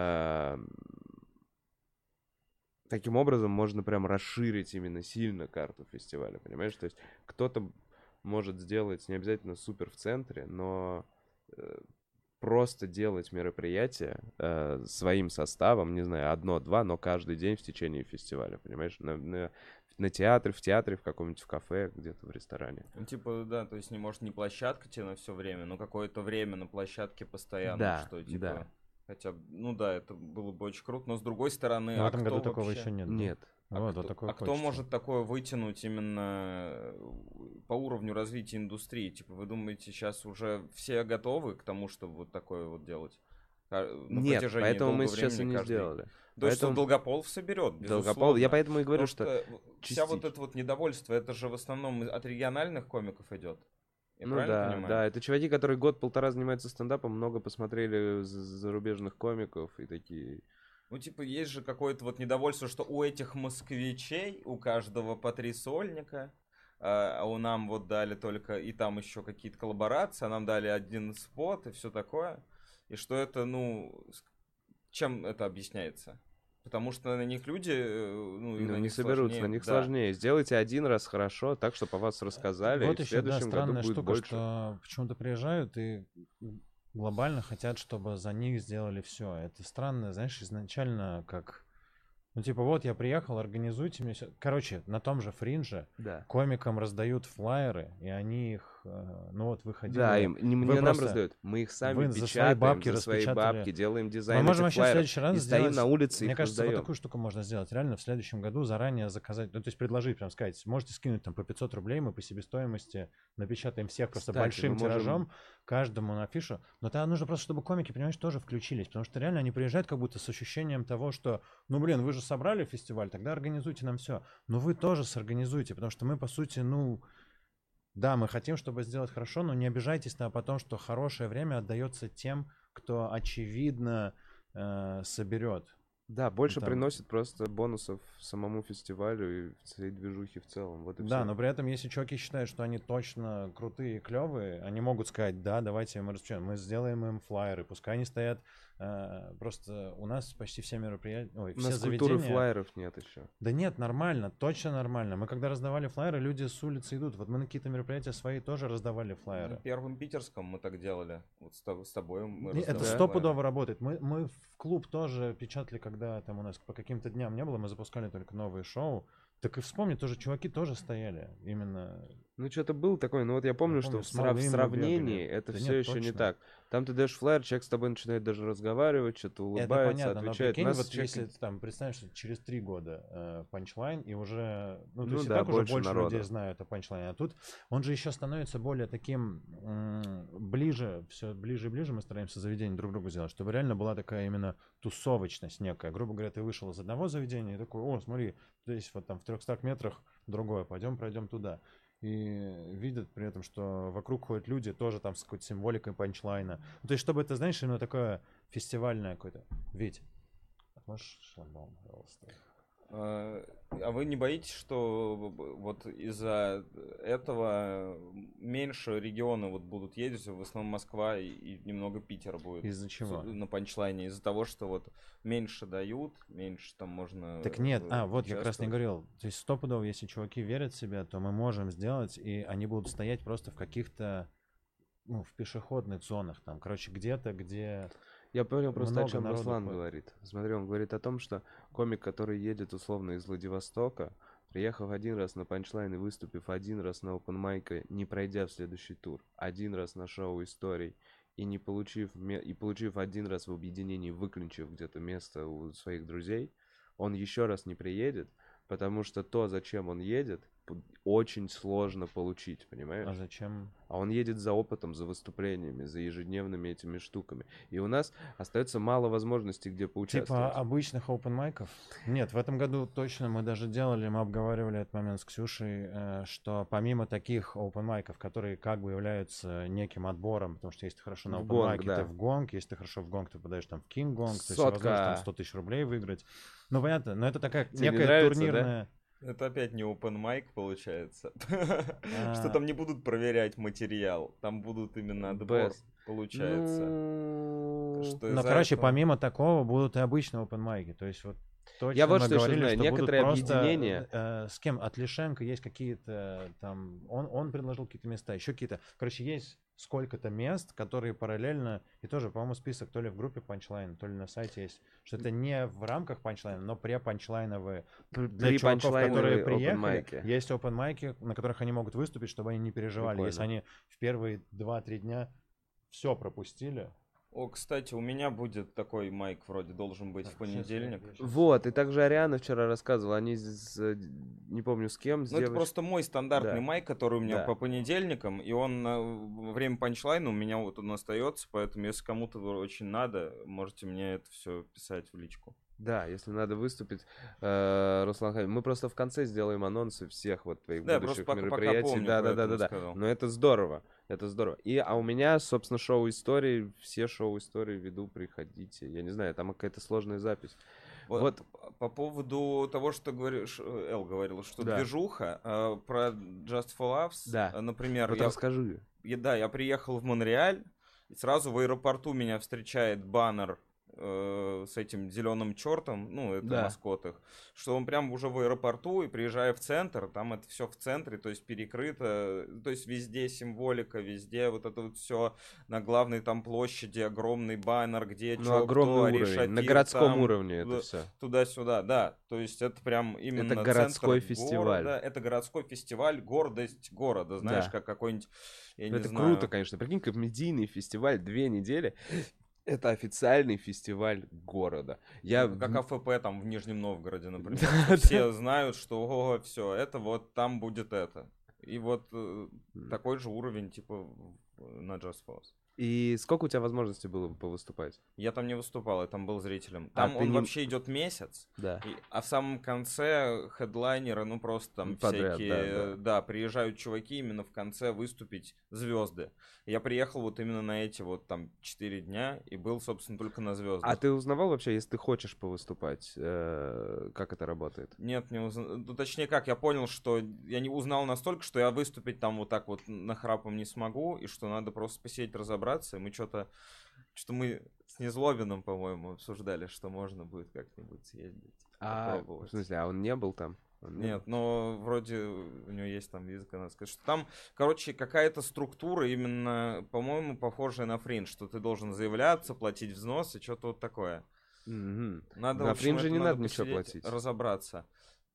таким образом можно прям расширить именно сильно карту фестиваля, понимаешь? То есть кто-то может сделать не обязательно супер в центре, но просто делать мероприятие своим составом, не знаю, 1-2, но каждый день в течение фестиваля, понимаешь? На театре, в каком-нибудь в кафе, где-то в ресторане. Ну, типа, да, то есть не площадка тебе на все время, но какое-то время на площадке постоянно, да, что типа... Да. Хотя, ну да, это было бы очень круто, но с другой стороны... Но в этом году такого еще нет. Нет. Кто может такое вытянуть именно по уровню развития индустрии? Типа, вы думаете, сейчас уже все готовы к тому, чтобы вот такое вот делать? Нет, поэтому мы сейчас и не сделали. То есть, что Долгополов соберет, безусловно. Долгополов, я поэтому и говорю, что вся вот это вот недовольство, это же в основном от региональных комиков идет. Ну да, это чуваки, которые год-полтора занимаются стендапом, много посмотрели зарубежных комиков и такие... Ну, типа, есть же какое-то вот недовольство, что у этих москвичей, у каждого по 3 сольника, а у нам вот дали только, и там еще какие-то коллаборации, а нам дали один спот и все такое. И что это, ну, чем это объясняется? Потому что на них люди, не соберутся, на них сложнее. Сделайте один раз хорошо, так, чтобы о вас рассказали, вот и в следующем году будет штука, больше. Что почему-то приезжают и глобально хотят, чтобы за них сделали все. Это странно, знаешь, изначально как... Ну, типа, вот я приехал, организуйте мне все. Короче, на том же Фриндже комикам раздают флаеры, и они их, ну вот, выходили. Да, им не нам раздают, мы их сами печатаем за свои бабки, делаем дизайн. Мы можем вообще в следующий раз и стоим на улице и мне их кажется, раздаем. Вот такую штуку можно сделать. Реально в следующем году заранее заказать, ну, то есть предложить, прям сказать, можете скинуть там по 500 рублей, мы по себестоимости напечатаем всех просто большим тиражом, каждому на афишу. Но тогда нужно просто, чтобы комики, понимаешь, тоже включились, потому что реально они приезжают как будто с ощущением того, что, ну, блин, вы же собрали фестиваль, тогда организуйте нам все. Но вы тоже сорганизуйте, потому что мы, по сути, ну, да, мы хотим, чтобы сделать хорошо, но не обижайтесь на потом, что хорошее время отдается тем, кто, очевидно, соберет. Да, больше Там- приносит просто бонусов самому фестивалю и всей движухе в целом. Вот и Да, всё. но при этом, если чуваки считают, что они точно крутые и клевые, они могут сказать, да, давайте мы распечатаем, мы сделаем им флайеры, пускай они стоят. Просто у нас почти все мероприятия, ой, У нас все культуры заведения. флайеров нет еще. Да нет, нормально, точно нормально. Мы когда раздавали флайеры, люди с улицы идут. Вот мы на какие-то мероприятия свои тоже раздавали На флайеры. первом питерском мы так делали. Вот с тобой мы Это раздавали стопудово флаеры. работает. Мы в клуб тоже печатали, когда там у нас по каким-то дням не было, мы запускали только новые шоу. Так и вспомни, тоже чуваки тоже стояли. Именно. Ну, что-то было такое, но вот я помню, что помню, в с Малым мы сравнении бегали. это Да все нет, еще не точно. так. Там ты даешь флайер, человек с тобой начинает даже разговаривать, что-то Это улыбается, понятно, но отвечает. прикинь, Нас вот человек- если ты там представишь, что через 3 года панчлайн, и уже, ну, то Ну есть и да, так уже больше больше людей народа. знают о панчлайне, а тут он же еще становится более таким ближе, все ближе и ближе мы стараемся заведение друг к другу сделать, чтобы реально была такая именно тусовочность некая. Грубо говоря, ты вышел из одного заведения и такой, о, смотри, здесь вот там в 300 метрах другое, пойдем пройдем туда. И видят при этом, что вокруг ходят люди тоже там с какой-то символикой панчлайна. Ну, то есть, чтобы это, знаешь, именно такое фестивальное какое-то. Вить, можешь шлагбаум, пожалуйста? А вы не боитесь, что вот из-за этого меньше регионы вот будут ездить, в основном Москва и немного Питера будет Из-за чего? на панчлайне? Из-за того, что вот меньше дают, меньше там можно Так нет, вот я как раз не участвовать. говорил. То есть стопудово, если чуваки верят в себя, то мы можем сделать, и они будут стоять просто в каких-то, ну, в пешеходных зонах там. Короче, где-то, где... Я понял просто, о много чем народу Руслан ходит. говорит. Смотри, он говорит о том, что комик, который едет условно из Владивостока, приехав один раз на панчлайн и выступив один раз на open майке, не пройдя в следующий тур, один раз на шоу историй и не получив один раз в объединении, выключив где-то место у своих друзей, он еще раз не приедет, потому что то, зачем он едет, очень сложно получить, понимаешь? А зачем? А он едет за опытом, за выступлениями, за ежедневными этими штуками. И у нас остается мало возможностей, где поучаствовать. Типа обычных open майков? Нет, в этом году точно мы даже делали, мы обговаривали этот момент с Ксюшей, что помимо таких open майков, которые как бы являются неким отбором, потому что если ты хорошо на В open гонг, майке, да. ты в гонг, если ты хорошо в гонг, ты попадаешь там в King Gong, то есть Сотка. возможно там 100 тысяч рублей выиграть. Ну понятно, но это такая Тебе не некая нравится, турнирная... Это опять не open mic получается. А. Что там не будут проверять материал, там будут именно отбор, Без. получается. Ну, Что Но, из-за короче, этого- помимо такого будут и обычные open майки. То есть вот точно Я вот мы что еще говорили, знаю, что будут некоторые просто, объединения- с кем? От Лишенко есть какие-то там... Он предложил какие-то места, еще какие-то... Короче, есть сколько-то мест, которые параллельно... И тоже, по-моему, список то ли в группе Punchline, то ли на сайте есть. Что это не в рамках Punchline, но пре-панчлайновые. Для чуваков, которые Pre-панчлайновые приехали, open-майки. есть open майки, на которых они могут выступить, чтобы они не переживали. Прикольно. Если они в первые 2-3 дня все пропустили... О, кстати, у меня будет такой майк вроде должен быть в понедельник. Вот, и также Ариана вчера рассказывала, они не помню с кем, с Ну, это девочкой. просто мой стандартный Да. майк, который у меня Да. по понедельникам, и он во время панчлайна у меня вот он остается, поэтому если кому-то очень надо, можете мне это все писать в личку. Да, если надо выступить, Руслан Хамид, мы просто в конце сделаем анонсы всех вот твоих Да, я будущих просто пока мероприятий. помню, Да. поэтому сказал. Но это здорово, это здорово. А у меня, собственно, шоу истории, все шоу истории веду, приходите. Я не знаю, там какая-то сложная запись. Вот. По поводу того, что говоришь, Эл говорил, что Да. движуха, про Just for Laughs, Да. например, Вот расскажи. я приехал в Монреаль, и сразу в аэропорту меня встречает баннер с этим зеленым чертом, ну, это Да. маскот их, что он прям уже в аэропорту, и приезжая в центр, там это все в центре, то есть перекрыто, то есть везде символика, везде вот это вот все на главной там площади, огромный баннер, где Ну, чё, огромный кто, уровень. решатир На городском там, уровне это да, все. туда-сюда, да, то есть это прям именно Это городской центр фестиваль. города, это городской фестиваль, гордость города, знаешь, Да. как какой-нибудь, я Ну, не это знаю. круто, конечно. Прикинь, комедийный фестиваль 2 недели. Это официальный фестиваль города. Я Как АФП там в Нижнем Новгороде, например. Да, Все знают, что все, это вот там будет это. И вот такой же уровень, типа, на Just Cause. И сколько у тебя возможностей было бы повыступать? Я там не выступал, я там был зрителем. А Там ты он не- вообще идет месяц, Да. а в самом конце хедлайнеры, ну просто там Подряд, всякие, да, приезжают чуваки именно в конце выступить звезды. Я приехал вот именно на эти вот там 4 дня и был, собственно, только на звездах. А ты узнавал вообще, если ты хочешь повыступать, как это работает? Нет, не узнал. Ну, точнее как, я понял, что я не узнал настолько, что я выступить там вот так вот нахрапом не смогу, и что надо просто посидеть, разобраться. И мы что мы с Незлобиным, по-моему, обсуждали, что можно будет как-нибудь съездить, В попробовать. смысле, а он не был там? Он не Нет, но вроде у него есть там виза канадская. Что там, короче, какая-то структура именно, по-моему, похожая на фриндж, что ты должен заявляться, платить взносы, что-то вот такое. Мгм. Надо, На в общем, фриндже это не надо ничего посидеть, платить. разобраться.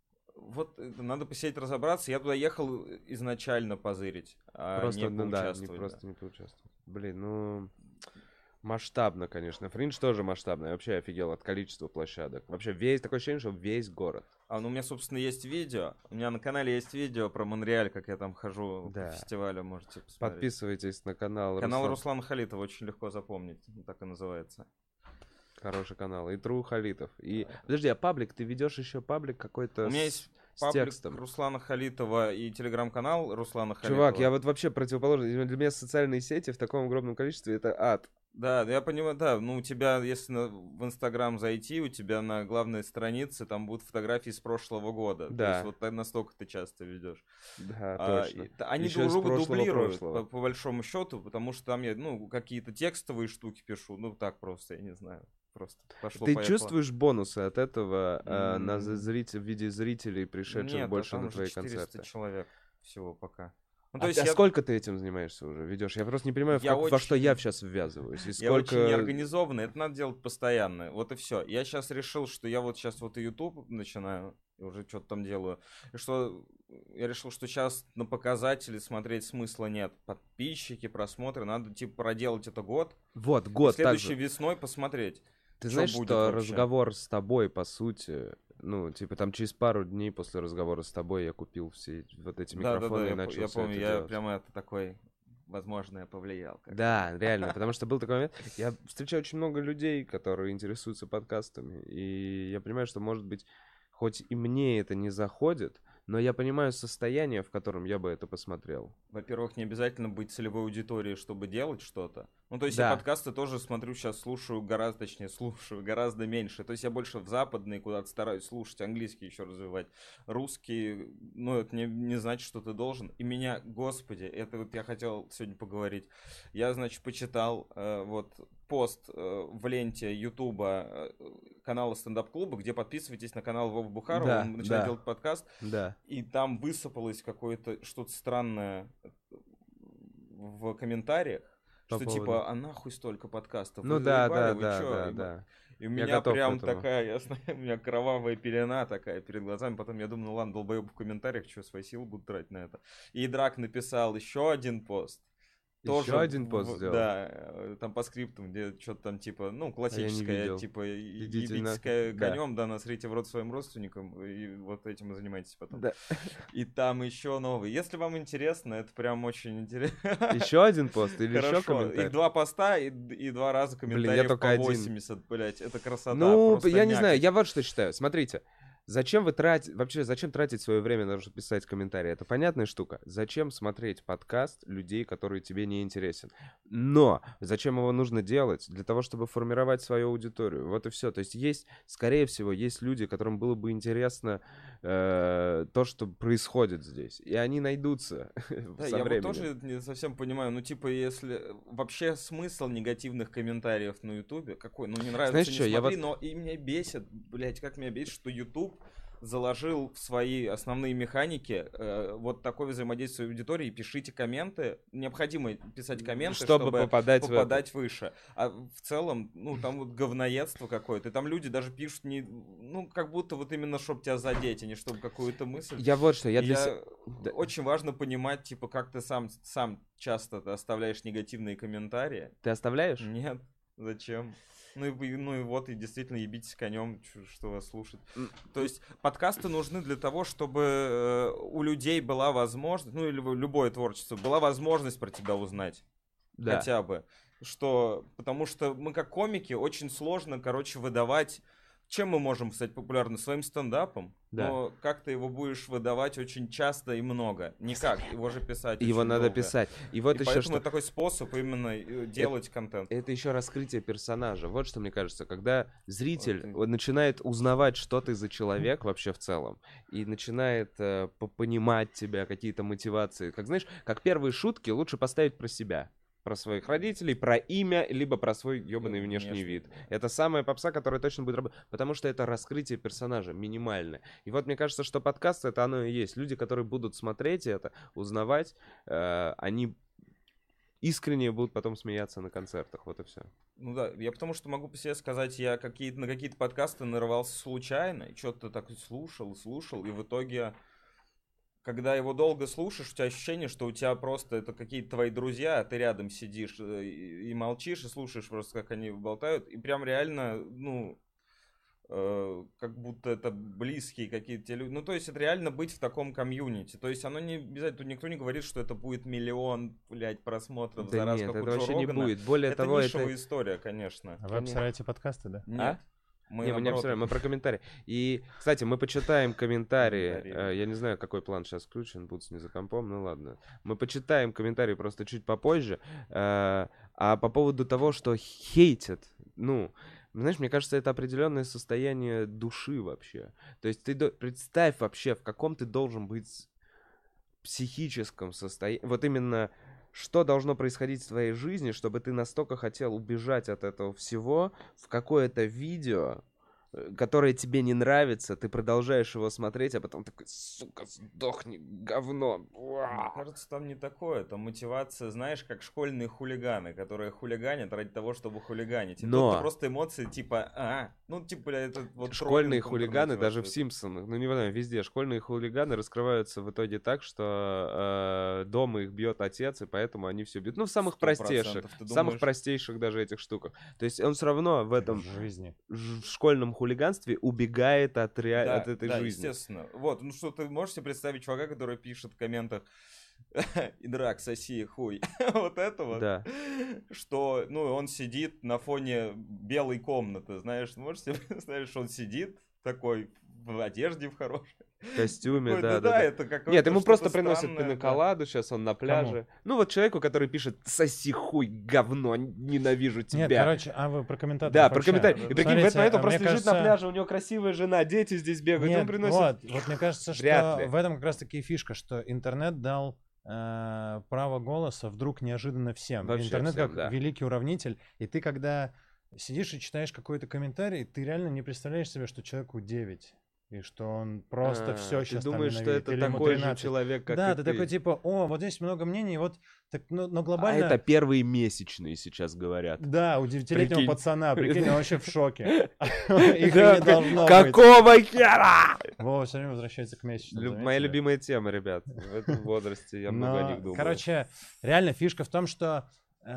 Вот надо посидеть, разобраться. Я туда ехал изначально позырить, а Просто, не ну да, поучаствовать. да. просто не поучаствовать. Блин, ну... Масштабно, конечно. Фриндж тоже масштабный. Я вообще офигел от количества площадок. Вообще весь, такое ощущение, что весь город. Ну у меня, собственно, есть видео. У меня на канале есть видео про Монреаль, как я там хожу Да. по фестивалю, можете посмотреть. Подписывайтесь на канал. Канал Руслана Халитова очень легко запомнить, так и называется. Хороший канал. И Тру Халитов. И... Подожди, а паблик? Ты ведешь еще паблик какой-то У меня есть с паблик текстом? Руслана Халитова и телеграм-канал Руслана Халитова. Чувак, я вот вообще противоположный. Для меня социальные сети в таком огромном количестве — это ад. Да, я понимаю, да. Ну, у тебя, если в Инстаграм зайти, у тебя на главной странице там будут фотографии с прошлого года. Да. То есть вот настолько ты часто ведешь. Да, точно. Они Ещё друг из друга прошлого дублируют, прошлого. по большому счету, потому что там я, какие-то текстовые штуки пишу. Ну, так просто, я не знаю. Просто пошло Ты поехало. чувствуешь бонусы от этого на М. в виде зрителей, пришедших Нет, больше там на уже твои 400 концерты? человек всего пока. Ну, А сколько ты этим занимаешься уже? Ведешь? Я просто не понимаю, Я во что очень- я сейчас ввязываюсь. И Я очень сколько... неорганизованный, это надо делать постоянно. Вот и все. Я сейчас решил, что я вот сейчас вот и YouTube начинаю, и уже что-то там делаю. И что я решил, что сейчас на показатели смотреть смысла нет. Подписчики, просмотры, надо типа проделать это год. Вот, И год так следующей же. весной посмотреть. Ты чё знаешь, будет что вообще? разговор с тобой, по сути, ну, типа там через пару дней после разговора с тобой я купил все вот эти микрофоны и начал я всё помню, это я делать. прямо это такой, возможно, я повлиял. как-то. Да, реально, потому что был такой момент. Я встречаю очень много людей, которые интересуются подкастами, и я понимаю, что, может быть, хоть и мне это не заходит, но я понимаю состояние, в котором я бы это посмотрел. Во-первых, не обязательно быть целевой аудиторией, чтобы делать что-то. Ну, то есть Да. я подкасты тоже смотрю сейчас, слушаю гораздо меньше. То есть я больше в западные куда-то стараюсь слушать, английский еще развивать. Русский, ну, это не значит, что ты должен. И меня, господи, это вот я хотел сегодня поговорить. Я, значит, почитал вот пост в ленте Ютуба канала стендап-клуба, где подписывайтесь на канал Вовы Бухарова, Да, он начинает да. делать подкаст. Да. И там высыпалось какое-то что-то странное в комментариях, По что поводу? типа, а нахуй столько подкастов? Ну Вы да, заебали, да, вы да, чё?» да, И да. И у Я меня готов к прям этому. такая, ясно, у меня кровавая пелена такая перед глазами. Потом я думаю, ну ладно, долбоеб в комментариях, что свои силы будут тратить на это. И Драк написал еще один пост. Еще один пост сделал? Да, там по скриптам, где что-то там типа, ну, классическое, видел. типа, Идите ебитесь да. конем, да, насрите в рот своим родственникам, и вот этим и занимайтесь потом. Да. И там еще новый. Если вам интересно, это прям очень интересно. Еще один пост или еще Хорошо, комментарий? их 2 поста и 2 раза комментариев только по один. 80, блять, это красота. Ну, просто я не мякоть. знаю, я вот что считаю. Смотрите, зачем зачем тратить свое время на то, чтобы писать комментарии? Это понятная штука. Зачем смотреть подкаст людей, которые тебе не интересен? Но зачем его нужно делать? Для того, чтобы формировать свою аудиторию. Вот и все. То есть скорее всего, есть люди, которым было бы интересно то, что происходит здесь. И они найдутся Да, со я временем. вот тоже не совсем понимаю, ну, типа, если... Вообще смысл негативных комментариев на Ютубе какой? Ну, не нравится, Знаешь не чё, я смотри, но и меня бесит, блядь, как меня бесит, что Ютуб заложил в свои основные механики вот такое взаимодействие с аудиторией. Пишите комменты. Необходимо писать комменты, Чтобы попадать в выше. А в целом, ну, там вот говноедство какое-то. И там люди даже пишут не... Ну, как будто вот именно, чтобы тебя задеть, а не чтобы какую-то мысль. Я вот что, Да. Очень важно понимать, типа, как ты сам часто оставляешь негативные комментарии. Ты оставляешь? Нет, зачем? Ну и вот, и действительно ебитесь конем, что вас слушать. То есть подкасты нужны для того, чтобы у людей была возможность, ну или любое творчество, была возможность про тебя узнать. Да. хотя бы. Что, потому что мы как комики очень сложно, короче, выдавать. Чем мы можем стать популярны? Своим стендапом. Да. Но как ты его будешь выдавать очень часто и много? Никак. Его же писать Его очень надо долго. писать. И вот И еще поэтому что. это такой способ именно делать контент. Это еще раскрытие персонажа. Вот что мне кажется, когда зритель Вот ты. начинает узнавать, что ты за человек вообще в целом, и начинает понимать тебя, какие-то мотивации. Как знаешь, как первые шутки лучше поставить про себя. Про своих родителей, про имя, либо про свой ебаный внешний вид. Это самая попса, которая точно будет работать. Потому что это раскрытие персонажа минимальное. И вот мне кажется, что подкаст это оно и есть. Люди, которые будут смотреть это, узнавать, они искренне будут потом смеяться на концертах. Вот и все. Ну да, я потому что могу по себе сказать, я на какие-то подкасты нарывался случайно, и что-то так слушал, и в итоге, когда его долго слушаешь, у тебя ощущение, что у тебя просто это какие-то твои друзья, а ты рядом сидишь и молчишь, и слушаешь просто, как они болтают, и прям реально, ну, как будто это близкие какие-то люди. Ну, то есть это реально быть в таком комьюнити. То есть оно не обязательно, тут никто не говорит, что это будет 1 миллион, блядь, просмотров Да за раз, нет, как у это Джо вообще не Рогана. будет. Более Это того, нишевая это... история, конечно. А вы обсираете подкасты, да? Нет. Мы, Не, мы не наоборот, обсуждаем, мы про комментарии. И, кстати, мы почитаем комментарии. Комментарии. Я не знаю, какой план сейчас включен, Бутс не за компом, ну ладно. Мы почитаем комментарии просто чуть попозже. А по поводу того, что хейтят, ну, знаешь, мне кажется, это определенное состояние души вообще. То есть ты представь вообще, в каком ты должен быть психическом состоянии. Вот именно... Что должно происходить в твоей жизни, чтобы ты настолько хотел убежать от этого всего в какое-то видео, которое тебе не нравится, ты продолжаешь его смотреть, а потом такой, сука, сдохни, говно. Мне кажется, там не такое. Там мотивация, знаешь, как школьные хулиганы, которые хулиганят ради того, чтобы хулиганить. И Но- тут просто эмоции типа, ну, типа, бля, это вот Школьные троллинг в хулиганы интернете даже в вообще. Симпсонах, ну не знаю, везде, школьные хулиганы раскрываются в итоге так, что дома их бьет отец, и поэтому они все бьют. Ну, в самых 100%. простейших, Ты в самых думаешь- простейших даже этих штуках. То есть он все равно в этом В жизни. в школьном хулиганстве убегает от Да, от этой да, жизни. естественно. Вот, ну что, ты можешь себе представить чувака, который пишет в комментах «Идрак, соси, хуй». Вот это вот. Да. Что, ну, он сидит на фоне белой комнаты, знаешь, можешь себе представить, что он сидит такой в одежде в хорошей. В костюме, Такой, да, да, да. это какое-то Нет, ему что-то просто приносят странное, да. пиноколаду, сейчас он на пляже. Ну вот человеку, который пишет «Соси хуй, говно, ненавижу тебя». Нет, короче, вы про комментаторов Да, про вообще. комментарий. И прикинь, в этот момент он просто мне лежит на кажется- пляже, у него красивая жена, дети здесь бегают, и он Нет, приносит... вот мне кажется, Вряд что ли. в этом как раз таки и фишка, что интернет дал право голоса вдруг неожиданно всем. Вообще Интернет всем, как да. великий уравнитель, и ты когда сидишь и читаешь какой-то комментарий, ты реально не представляешь себе, что человеку 9. И что он просто все Ты сейчас думаешь, там что ненавидит, это или ему такой же 13. человек, как Да, и ты ты. такой типа, вот здесь много мнений, вот, так, но А глобально... это первые месячные сейчас говорят. Да, у 9-летнего Прикинь. пацана, прикинь, он вообще в шоке. Их и Да, не должно быть. Какого хера? Вова все время возвращается к месячным. Моя заметили? любимая тема, ребят. В этом возрасте я много о них думаю. Короче, реально фишка в том, что...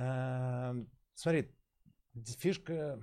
смотри, фишка.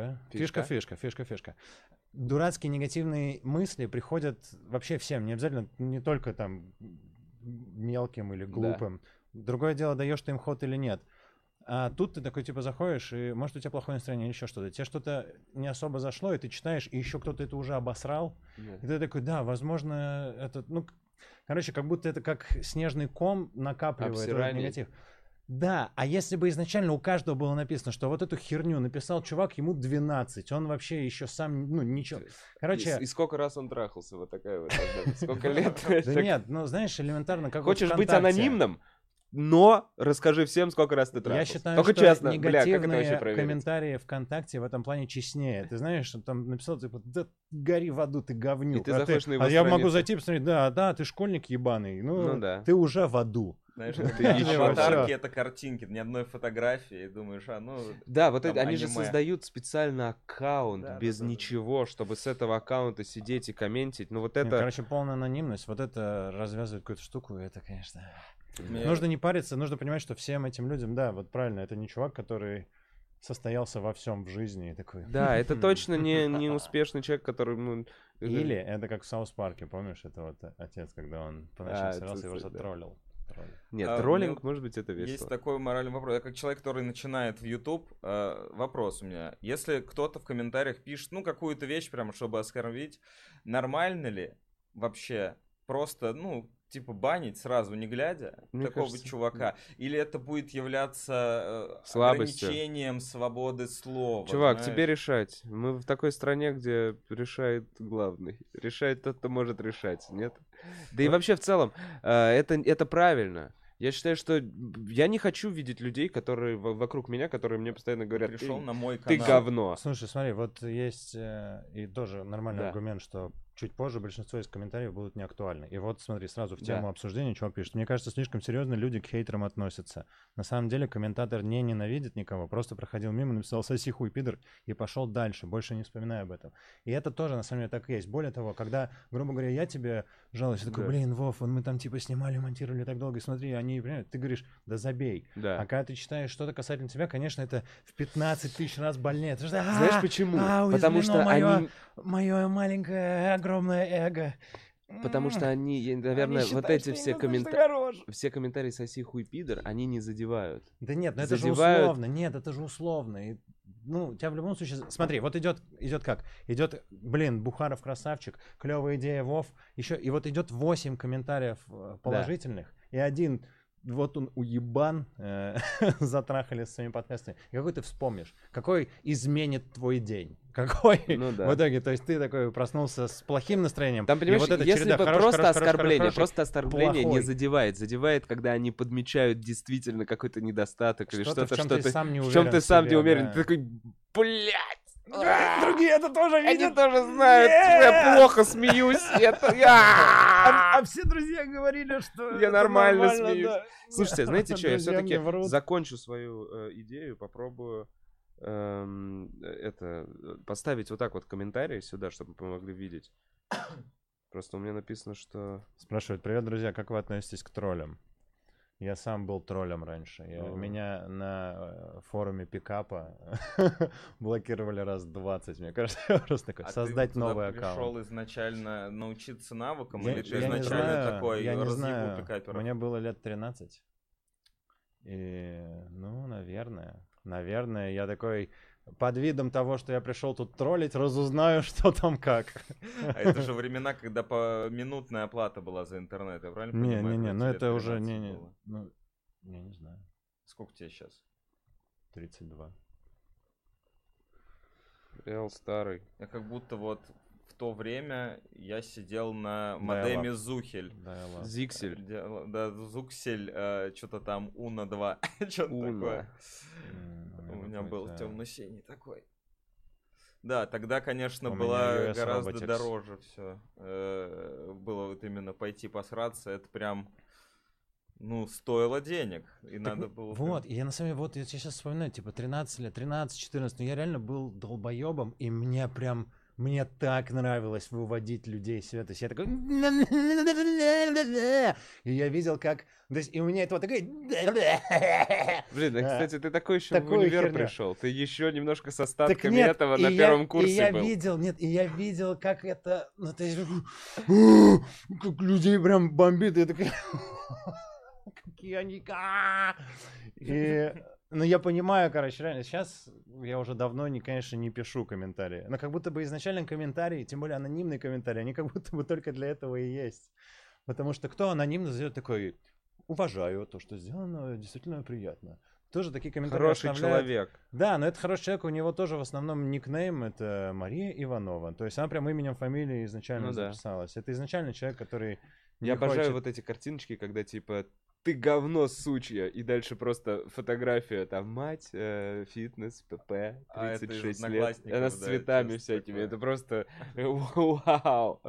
Дурацкие негативные мысли приходят вообще всем, не обязательно, не только там мелким или глупым. Другое дело, даешь ты им ход или нет. А тут ты такой, типа, заходишь, и может у тебя плохое настроение или еще что-то. Тебе что-то не особо зашло, и ты читаешь, и еще кто-то это уже обосрал. Да. И ты такой, да, возможно, это, короче, как будто это как снежный ком накапливает этот Обсирание. негатив. Да, а если бы изначально у каждого было написано, что вот эту херню написал чувак, ему 12, он вообще еще сам, ничего. Короче, И сколько раз он трахался? Вот такая вот. Сколько лет? да нет, знаешь, элементарно, как Хочешь вот быть ВКонтакте. анонимным? Но расскажи всем, сколько раз ты Я трахался. считаю, Только что честно, бля, как это негативные вообще проверить? комментарии ВКонтакте в этом плане честнее. Ты знаешь, он там написал, типа, да гори в аду, ты говнюк. И ты заходишь на его я могу страницу. зайти и посмотреть, да, ты школьник ебаный. Ну да. Ты уже в аду. Знаешь, Ты ты ещё аватарки всё. это картинки, ни одной фотографии, и думаешь, Да, вот там они же аниме. создают специально аккаунт Да, без да, да, да. ничего, чтобы с этого аккаунта сидеть и комментить. Ну вот Нет, это... короче, полная анонимность, вот это развязывает какую-то штуку, и это, конечно... Мне- Нужно не париться, нужно понимать, что всем этим людям, да, вот правильно, это не чувак, который состоялся во всем в жизни и такой... Да, это точно не успешный человек, который... ну, Или это как в Саус Парке, помнишь, это вот отец, когда он поначалу А, собирался, его да. затроллил. Тролль. Нет, А, троллинг, мне может быть, это Есть весело. такой моральный вопрос. Я как человек, который начинает в YouTube, вопрос у меня. Если кто-то в комментариях пишет, ну, какую-то вещь, прям, чтобы оскорбить, нормально ли вообще просто, ну, типа, банить сразу, не глядя, Мне такого кажется, чувака? Или это будет являться Слабостью. ограничением свободы слова, Чувак, тебе знаешь? решать. Мы в такой стране, где решает главный. Решает тот, кто может решать, нет? Да и вообще в целом, это правильно. Я считаю, что я не хочу видеть людей, которые вокруг меня, которые мне постоянно говорят, Пришел на мой ты канал. говно. Слушай, смотри, вот есть и тоже нормальный Да. аргумент, что чуть позже большинство из комментариев будут неактуальны. И вот смотри, сразу в Да. тему обсуждения чувак пишет. Мне кажется, слишком серьезно люди к хейтерам относятся. На самом деле комментатор не ненавидит никого, просто проходил мимо, написал «соси хуй, пидор» и пошел дальше, больше не вспоминая об этом. И это тоже на самом деле так и есть. Более того, когда, грубо говоря, я тебе жалуюсь, я такой, Да. блин, Вов, мы там типа снимали, монтировали так долго, и смотри, они, понимаешь, ты говоришь, да забей. Да. А когда ты читаешь что-то касательно тебя, конечно, это в 15 тысяч раз больнее. Потому что, Знаешь почему? Потому что мое, они... мое маленькое огромное эго. Потому что они, наверное, Они вот считают, эти что все я недостаточно комментарии... хорош. Все комментарии «соси хуй, пидор», они не задевают. Да нет, ну это же Задевают- условно. Нет, это же условно. И, ну, у тебя в любом случае... Смотри, вот идет как? Идет, блин, Бухаров красавчик, клевая идея, Вов. Еще, и вот идет 8 комментариев положительных, и один... Вот он уебан, затрахали с своими подкастами. И какой ты вспомнишь? Какой изменит твой день? Какой Ну да. в итоге? То есть ты такой проснулся с плохим настроением. Там, и понимаешь, вот эта если череда бы хорош, просто хорош, хорош, оскорбление, хорош, просто оскорбление не плохой. задевает. Задевает, когда они подмечают действительно какой-то недостаток или Что-то, что-то, в чем ты сам не в уверен чем ты в сам себе, не уверен. да. Ты такой, блядь! Другие это тоже Они видят. тоже знают, что я плохо смеюсь. А все друзья говорили, что Я это нормально смеюсь. да. Слушайте, знаете что, я Друзья все-таки мне врут. закончу свою идею, попробую поставить вот так вот комментарии сюда, чтобы мы могли видеть. Просто у меня написано, что... Спрашивают, привет, друзья, как вы относитесь к троллям? Я сам был троллем раньше. О. Меня на форуме пикапа блокировали раз 20, мне кажется. Я просто такой, А создать ты туда новый пришел аккаунт. изначально научиться навыкам, Я или ты не изначально знаю, такой я не разъебу знаю. пикаперов? Мне было лет 13. И, ну, наверное, я такой, под видом того, что я пришел тут троллить, разузнаю, что там как. А это же времена, когда минутная оплата была за интернет, я правильно понимаю? Не, когда ну тебе это уже, 13 было? ну, я не знаю, Сколько тебе сейчас? 32. Реал старый. Я как будто вот в то время я сидел на Да, модеме ладно. Зухель. Да, ладно. Зиксель. Да, Зуксель, что-то там, Уна 2, что-то Уна. такое. У меня был темно-синий такой. Да, тогда, конечно, У меня была US гораздо Robotics. дороже все. Было вот именно пойти посраться, это прям, ну, стоило денег. И Так надо было... прям- Вот, и я на самом деле, вот я сейчас вспоминаю, типа 13 лет, 13-14, но я реально был долбоебом, и мне так нравилось выводить людей из себя. То есть я такой... И я видел, как... То есть, и у меня это вот такой... Блин, а, кстати, ты такой еще в Такую универ херню. пришел. Ты еще немножко с Так остатками нет, этого и на я- первом и курсе я был. видел, как это... Ну, то есть, как людей прям бомбит, и я такой... Какие они... И... Ну, я понимаю, короче, реально, сейчас я уже давно, конечно, не пишу комментарии. Но как будто бы изначально комментарии, тем более анонимные комментарии, они как будто бы только для этого и есть. Потому что кто анонимно сделает такой, уважаю то, что сделано, действительно приятно. Тоже такие комментарии Хороший оставляют. человек. Да, но это хороший человек, у него тоже в основном никнейм это Мария Иванова. То есть она прям именем, фамилией изначально Ну да. записалась. Это изначально человек, который не Я обожаю хочет- вот эти картиночки, когда типа ты говно сучья, и дальше просто фотография, там, мать, фитнес, ПП, А, это из 36 лет. «Одноклассников», Она с да, цветами часто всякими, такое. это просто вау.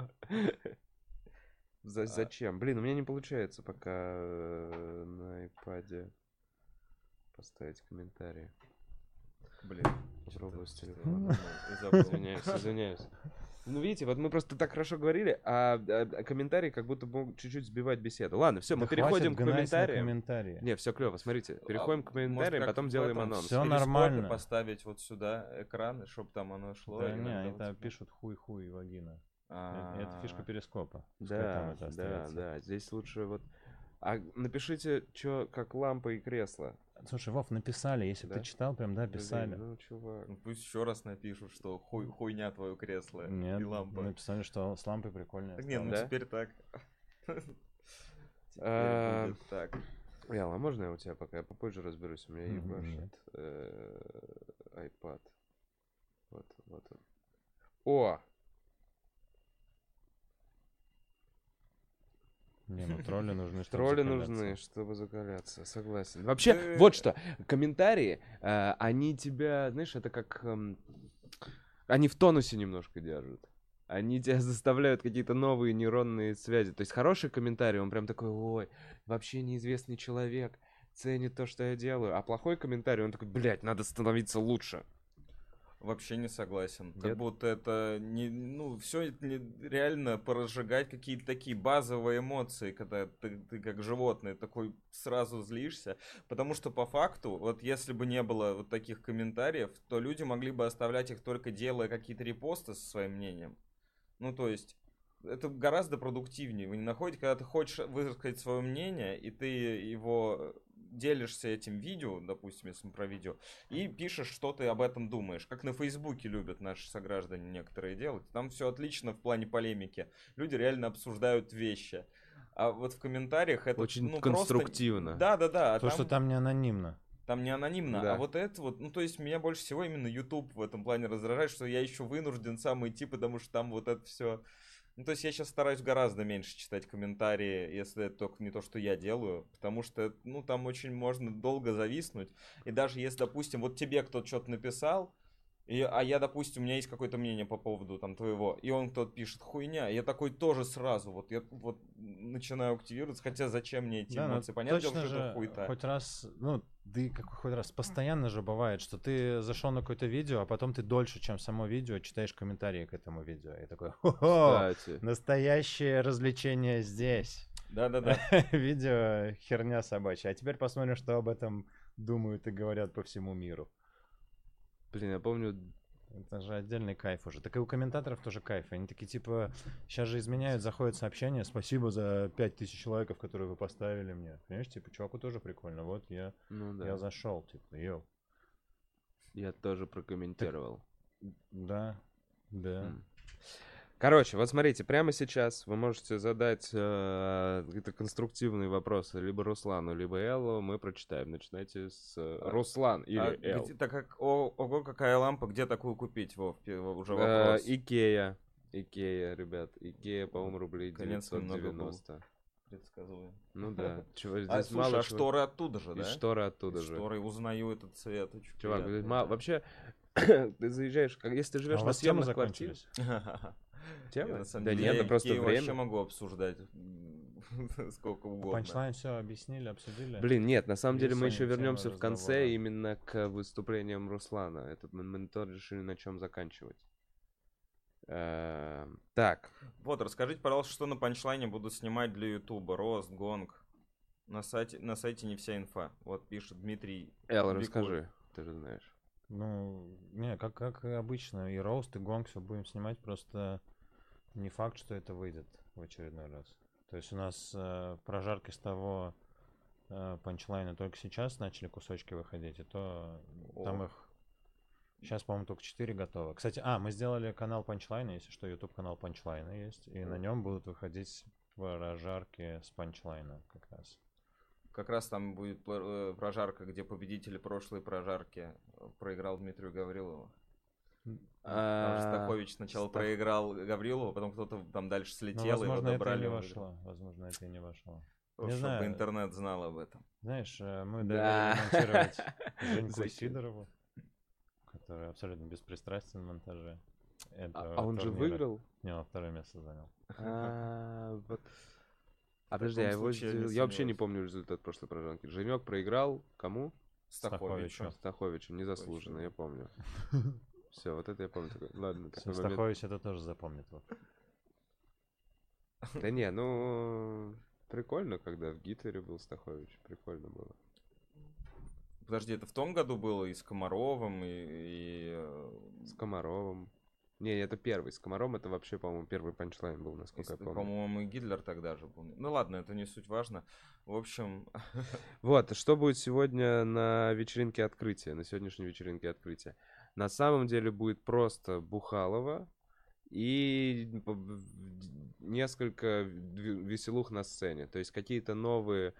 Зачем? Блин, у меня не получается пока на iPad поставить комментарии. Блин, Попробую что-то с телефона. забыл. Извиняюсь. Ну, видите, вот мы просто так хорошо говорили, а комментарии как будто могут чуть-чуть сбивать беседу. Ладно, все, Да мы хватит переходим к гнать на комментариям. комментарии. Не, все клево, смотрите. Переходим к Может, комментариям, как-то потом в делаем этом анонс. Всё перископе нормально. поставить вот сюда экраны, чтобы там оно шло. Да и не, иногда они вот там сюда. пишут хуй-хуй и вагина. А, Это фишка перископа. Пускай там Да, это да, остается. да. Здесь лучше вот А напишите, что как лампа и кресло. Слушай, Вов, написали, если бы Да? ты читал, прям, да, Блин, писали. ну, чувак. Ну, пусть еще раз напишут, что хуйня твое кресло Нет, и лампа. написали, что с лампой прикольнее Так не, ну стало. Да? теперь так. Теперь А, будет так. Ял, а можно я у тебя пока? Я попозже разберусь. У меня ебашит Нет. iPad. Вот он. О! Не, ну тролли нужны, чтобы Тролли закаляться. нужны, чтобы закаляться. Согласен. Вообще, Ты- вот что. Комментарии, они тебя, знаешь, это как... они в тонусе немножко держат. Они тебя заставляют какие-то новые нейронные связи. То есть хороший комментарий, он прям такой, ой, вообще неизвестный человек ценит то, что я делаю. А плохой комментарий, он такой, блядь, надо становиться лучше. Вообще не согласен. Как Нет? будто это не, ну, все это реально поразжигать какие-то такие базовые эмоции, когда ты как животное такой сразу злишься. Потому что по факту, вот если бы не было вот таких комментариев, то люди могли бы оставлять их только делая какие-то репосты со своим мнением. Ну, то есть, это гораздо продуктивнее. Вы не находите, когда ты хочешь высказать свое мнение, и ты его делишься этим видео, допустим, если мы про видео, и пишешь, что ты об этом думаешь. Как на Фейсбуке любят наши сограждане некоторые делать. Там все отлично в плане полемики. Люди реально обсуждают вещи. А вот в комментариях это Очень ну, конструктивно. Просто... Да. А То, что там не анонимно. там не анонимно, Да. а вот это вот, ну то есть меня больше всего именно YouTube в этом плане раздражает, что я еще вынужден сам идти, потому что там вот это все. Ну то есть я сейчас стараюсь гораздо меньше читать комментарии, если это только не то, что я делаю, потому что, ну там очень можно долго зависнуть, и даже если, допустим, вот тебе кто-то что-то написал, а я, допустим, у меня есть какое-то мнение по поводу там твоего, и он кто-то пишет хуйня, я такой тоже сразу вот я вот начинаю активироваться, хотя зачем мне эти Да, ну, эмоции? Понятно, точно что же, это хуйта. хоть раз, ну, ты как хоть раз, постоянно же бывает, что ты зашел на какое-то видео, а потом ты дольше, чем само видео, читаешь комментарии к этому видео. И такой, хо-хо, Кстати. настоящее развлечение здесь. Да-да-да. Видео херня собачья. А теперь посмотрим, что об этом думают и говорят по всему миру. Блин, я помню, Это же отдельный кайф уже. Так и у комментаторов тоже кайф. Они такие, типа, сейчас же изменяют, заходят сообщения. Спасибо за 5000 лайков, которые вы поставили мне. Понимаешь, типа, чуваку тоже прикольно. Вот я ну да, я зашел, типа, йоу. я тоже прокомментировал. Да. М. Короче, вот смотрите, прямо сейчас вы можете задать какие-то конструктивные вопросы либо Руслану, либо Эллу, мы прочитаем. Начинайте с Руслан или Эл. Так как, ого, какая лампа, где такую купить, Вов? Уже вопрос. Икея, ребят, Икея, по-моему, рублей Конец немного был. 990. Предсказуем. Ну да, чего здесь А слушай, мало а чего. шторы оттуда же, И да? шторы оттуда же. Шторы, узнаю этот цвет. очень Чувак, приятно. здесь мало. Вообще, ты заезжаешь, если ты живешь А у на вас темы съемных квартирах. закончились? Я, Тема? на самом Да деле, нет, я да просто Икею вообще время. могу обсуждать сколько угодно. Панчлайн все объяснили, обсудили. Блин, нет, на самом деле мы Есть еще тема вернемся в конце разговора. именно к выступлениям Руслана. Этот мы тоже решили на чем заканчивать. Так, Вот, расскажите, пожалуйста, что на панчлайне будут снимать для Ютуба. Рост, гонг. На сайте не вся инфа. Вот пишет Дмитрий. Эл, Бекуев. расскажи, ты же знаешь. Ну, не, как и обычно, и роуст, и гонг все будем снимать, просто не факт, что это выйдет в очередной раз. То есть у нас прожарки с того панчлайна только сейчас начали кусочки выходить, и то там О. их сейчас, по-моему, только 4 готово. Кстати, мы сделали канал панчлайна, если что, YouTube канал панчлайна есть, и на нем будут выходить прожарки с панчлайна как раз. Как раз там будет прожарка, где победитель прошлой прожарки проиграл Дмитрию Гаврилову. Там же Стахович сначала проиграл Гаврилову, потом кто-то там дальше Ну, слетел, его возможно, это и добрали. не вошло. Возможно, это и не вошло. Чтобы Не знаю. интернет знал об этом. Знаешь, мы Да. доверили монтировать Женьку Закинь. Сидорову, который абсолютно беспристрастен в монтаже. А он же турнира. выиграл? Не, он второе место занял. Вот. Подожди, таком случае я не я вообще не сомневаюсь. помню результат прошлой прожарки. Женек проиграл кому? Стаховичу. Стаховичу, незаслуженно, я помню. Все, вот это я помню. Ладно, Всё, такой момент. Стахович это тоже запомнит. Вот. Да не, ну прикольно, когда в Гитлере был Стахович. Прикольно было. Подожди, это в том году было и с Комаровым, и С Комаровым. Не, это первый. С комаром это вообще, по-моему, первый панчлайн был, насколько я помню. По-моему, и Гитлер тогда же был. Ну ладно, это не суть важно. В общем, Вот, что будет сегодня на вечеринке открытия, на сегодняшней вечеринке открытия? На самом деле будет просто Бухалова и несколько веселух на сцене. То есть какие-то новые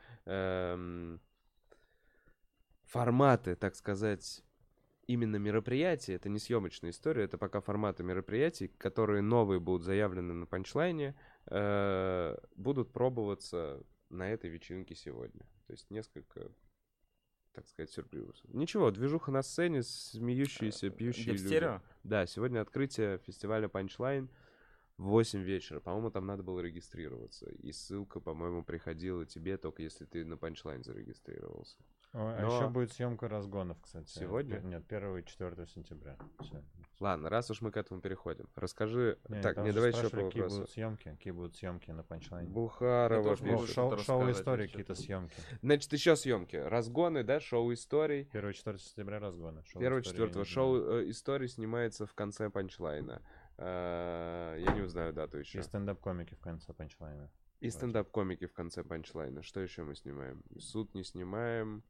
форматы, так сказать, именно мероприятий. Это не съемочная история, это пока форматы мероприятий, которые новые будут заявлены на панчлайне, будут пробоваться на этой вечеринке сегодня. То есть несколько, так сказать, сюрпризов. Ничего, движуха на сцене, смеющиеся, пьющие где в люди. стерео? Да, сегодня открытие фестиваля Punchline в 8 вечера. По-моему, там надо было регистрироваться. И ссылка, по-моему, приходила тебе, только если ты на Punchline зарегистрировался. А Но- еще будет съемка разгонов, кстати. Сегодня? Нет, 1 и 4 сентября. Всё. Ладно, раз уж мы к этому переходим, расскажи... Не, так, там не, же давай еще по спрашивали, вопросу. какие будут съемки на панчлайне. Бухарова Я тоже могу пишет. что-то Шоу рассказать, истории, если какие-то что. съемки. Значит, еще съемки. Разгоны, да, шоу историй. 1 и 4 сентября разгоны. 1-4 шоу истории снимается в конце панчлайна. Я не узнаю дату еще. И стендап-комики в конце панчлайна. И стендап-комики в конце панчлайна. Что еще мы снимаем? Суд не снимаем.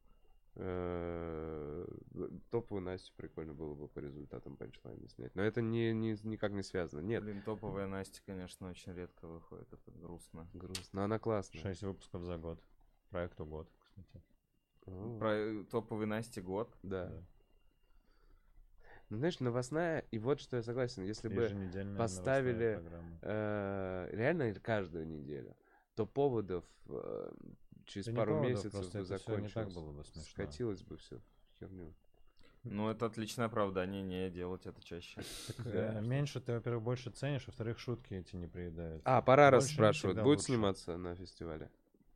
Топовую Настю прикольно было бы по результатам панчлайна снять. Но это никак не связано. Нет, Блин, топовая Настя, конечно, очень редко выходит. Это грустно. грустно. Но она классная. 6 выпусков за год. Проекту год, кстати. О, Про топовый Насти год. Да. Да. Ну, знаешь, новостная, и вот что я согласен, если бы Еженедельная поставили новостная программа. реально каждую неделю, то поводов через Да не пару поводов, месяцев просто бы это всё не так закончилось. было бы смешно. Скатилось бы все в херню. Ну, это отличное оправдание не делать это чаще. Меньше ты, во-первых, больше ценишь, во-вторых, шутки эти не приедают. А, пора раз Больше не спрашивают, всегда будет лучше. сниматься на фестивале?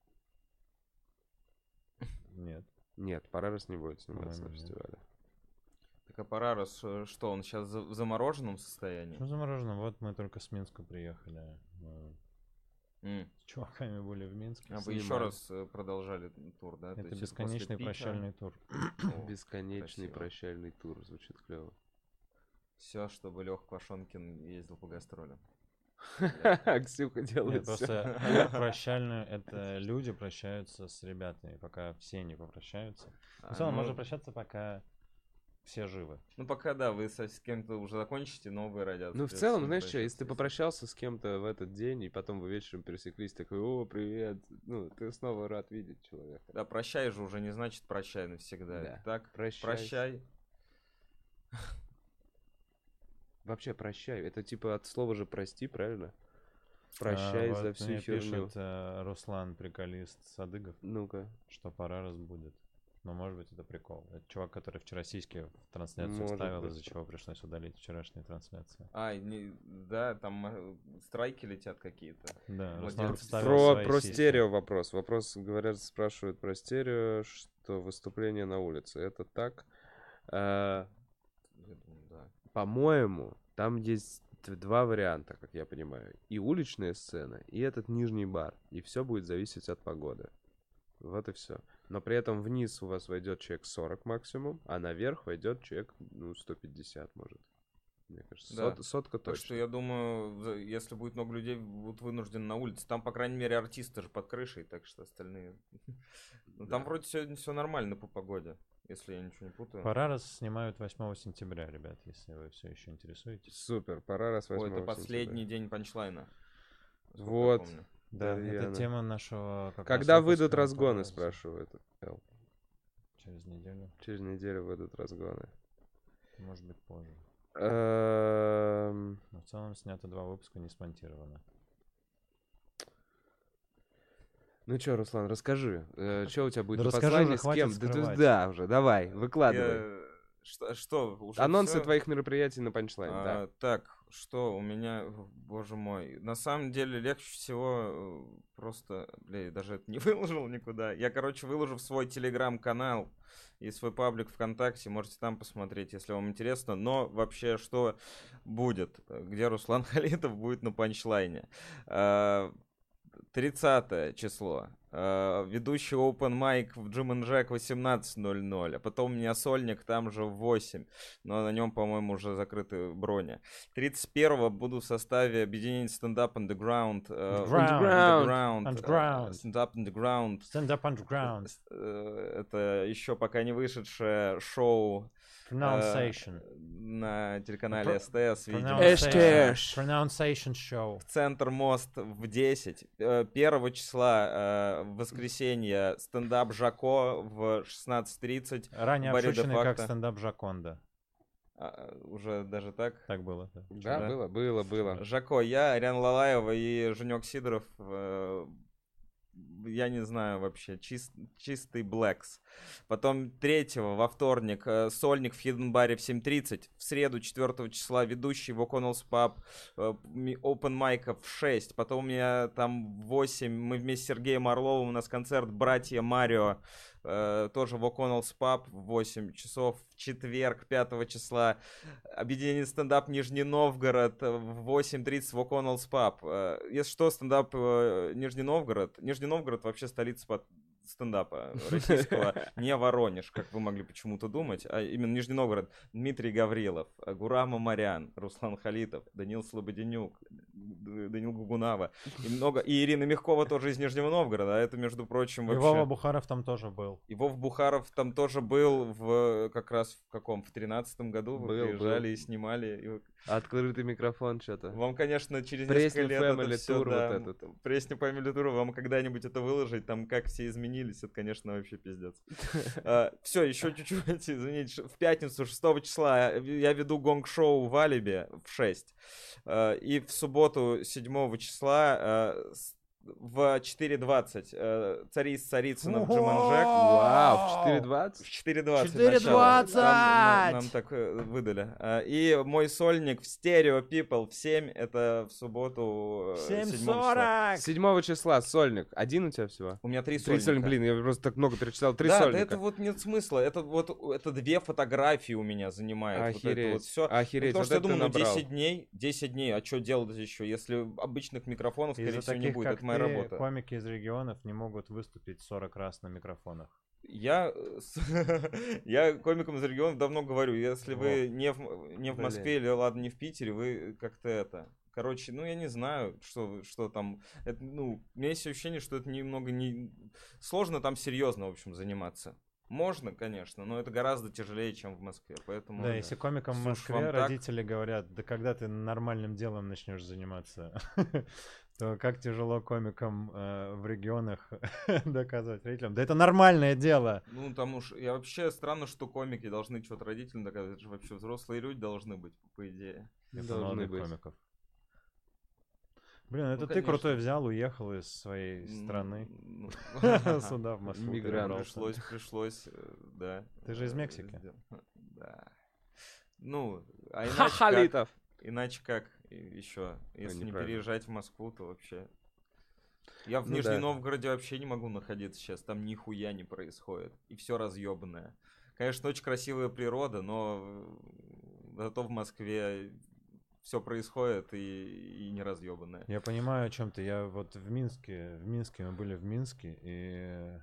Нет. Нет, пора раз не будет сниматься на По-моему, нет. фестивале. Так а Парарас, что, он сейчас в замороженном состоянии? Что заморожено? Вот мы только с Минска приехали. Мы М. с чуваками были в Минске. А вы еще Снимали. раз продолжали тур, да? То Это есть бесконечный после пика? прощальный тур. О, Бесконечный красиво. прощальный тур, звучит клево. Все, чтобы Лех Квашонкин ездил по гастролям. Ксюха Нет, делает всё. просто прощальную, это люди прощаются с ребятами, пока все не попрощаются. В целом, можно прощаться, пока все живы. Ну, пока да, вы с кем-то уже закончите, новые родятся. Ну, в придётся целом, с ним знаешь что, если ты прощаться, попрощался с кем-то в этот день, и потом вы вечером пересеклись, такой, о, привет, ну, ты снова рад видеть человека. Да, прощай же уже не значит прощай навсегда. Да. Это так, Прощай. прощай. Вообще, прощай, это типа от слова же прости, правильно? Прощай Вот за всю мне херню. пишет Руслан, приколист Садыгов, Ну-ка, что пора раз будет. Но может быть это прикол. Это чувак, который вчера сиськи в трансляцию Может вставил, быть. из-за чего пришлось удалить вчерашнюю трансляцию. Да, там страйки летят какие-то. Да, Владелец Руслан вставил про, свои про сиськи. стерео вопрос. Вопрос, говорят, спрашивают про стерео, что выступление на улице. Это так? Я думаю, да. По-моему, там есть два варианта, как я понимаю. И уличная сцена, и этот нижний бар. И все будет зависеть от погоды. Вот и все. Но при этом вниз у вас войдет человек 40 максимум, а наверх войдет человек, 150, может. Мне кажется, Да. сотка Так точно. что я думаю, если будет много людей, будут вынуждены на улице. Там, по крайней мере, артисты же под крышей, так что остальные... Ну, там Да. вроде сегодня все нормально по погоде, если я ничего не путаю. Парарас снимают 8 сентября, ребят, если вы все еще интересуетесь. Супер, пора раз Ой, 8 это последний день панчлайна. насколько я Вот. помню. Да, Верно. это тема нашего... как Когда раз выйдут выпуска разгоны, Парараза. спрашивают. Эл. Через неделю, Через неделю выйдут разгоны. может быть позже. Эм, Но в целом снято 2 выпуска, не смонтировано. Ну чё, Руслан, расскажи, что у тебя будет Да на расскажи послании, уже, с хватит кем? скрывать. Да, уже, давай, выкладывай. Что, уже Анонсы всё? твоих мероприятий на панчлайн, да. Так, что у меня, боже мой, на самом деле легче всего просто, даже это не выложил никуда. Я, короче, выложу в свой телеграм-канал и свой паблик ВКонтакте, можете там посмотреть, если вам интересно. Но вообще, что будет, где Руслан Халитов будет на панчлайне? 30 число. Ведущий Open Mic в Jim and Jack 18:00. А потом у меня сольник там же в 8. Но на нем, по-моему, уже закрыты брони. 31-го буду в составе объединения Stand Up Underground. Stand Up Underground. Stand Up Underground. Это еще пока не вышедшее шоу на телеканале СТС, видимо. Pronunciation show. В Центр Мост в 10. 1 числа в воскресенье стендап Жако в 16:30. Ранее обшученный как стендап Жаконда. Уже даже так? Так было, да. Да, было. Жако, я, Ариана Лалаева и Женек Сидоров. Я не знаю вообще, чистый Блэкс. Потом 3-го во вторник сольник в Hidden Bar'е в 7:30. В среду 4 числа ведущий в O'Connell's Pub Open Mic в 6. Потом у меня там в 8 мы вместе с Сергеем Орловым, у нас концерт «Братья Марио». Тоже в O'Connell's Pub в 8 часов. В четверг 5 числа объединение стендап Нижний Новгород в 8:30 в O'Connell's Pub. Если что, стендап Нижний Новгород. Нижний Новгород вообще столица стендапа российского, не Воронеж, как вы могли почему-то думать, а именно Нижний Новгород. Дмитрий Гаврилов, Гурам Амарян, Руслан Халитов, Данил Слободенюк, Данил Гугунава и Ирина Мягкова тоже из Нижнего Новгорода. А это, между прочим, вообще... И Вова Бухаров там тоже был. И Вов Бухаров там тоже был как раз в 13-м году. Вы приезжали и снимали. Открытый микрофон что-то. Вам, конечно, через Пресни несколько лет это все, Tour, да, вот этот. Пресни Family Tour, вам когда-нибудь это выложить, там как все изменились, это, конечно, вообще пиздец. Все, еще чуть-чуть, извините, в пятницу 6 числа я веду гонг-шоу в Алибе в 6. И в субботу 7 числа в 4:20 «Цари с Царицыным» в Jim and Jack. Вау, в 4:20? В 4:20. 4:20! Нам так выдали. И мой сольник в Stereo People в 7. Это в субботу 7:40! 7 числа сольник. Один у тебя всего? У меня 3 3 сольника. сольника. Блин, я просто так много перечислял. 3 да, сольника. Да, это вот нет смысла. Это 2 фотографии у меня занимает. Охереть. Вот это вот все. Охереть. Потому вот что я это думаю, набрал. 10 дней, а что делать еще, если обычных микрофонов, скорее всего, не будет. Как Это моя работа. Комики из регионов не могут выступить 40 раз на микрофонах. Я комикам из регионов давно говорю, если вы не в Москве или, ладно, не в Питере, вы как-то это... Короче, я не знаю, что там... Это, у меня есть ощущение, что это немного не... Сложно там серьезно, в общем, заниматься. Можно, конечно, но это гораздо тяжелее, чем в Москве, поэтому... Да, если комикам в Москве родители говорят, да когда ты нормальным делом начнешь заниматься, то как тяжело комикам в регионах доказывать родителям. Да это нормальное дело. Там уж... Я вообще странно, что комики должны что-то родителям доказывать. Это же вообще взрослые люди должны быть, по идее. Это молодых комиков. Блин, это ты конечно. Крутой взял, уехал из своей страны сюда, в Москву. Пришлось, да. Ты же из Мексики. Да. А иначе Халитов. Иначе как еще? Если не переезжать в Москву, то вообще... Я в Нижнем Новгороде вообще не могу находиться сейчас. Там нихуя не происходит. И все разъебанное. Конечно, очень красивая природа, но зато в Москве все происходит и не разъебанное. Я понимаю, о чем ты. Я вот в Минске мы были в Минске, и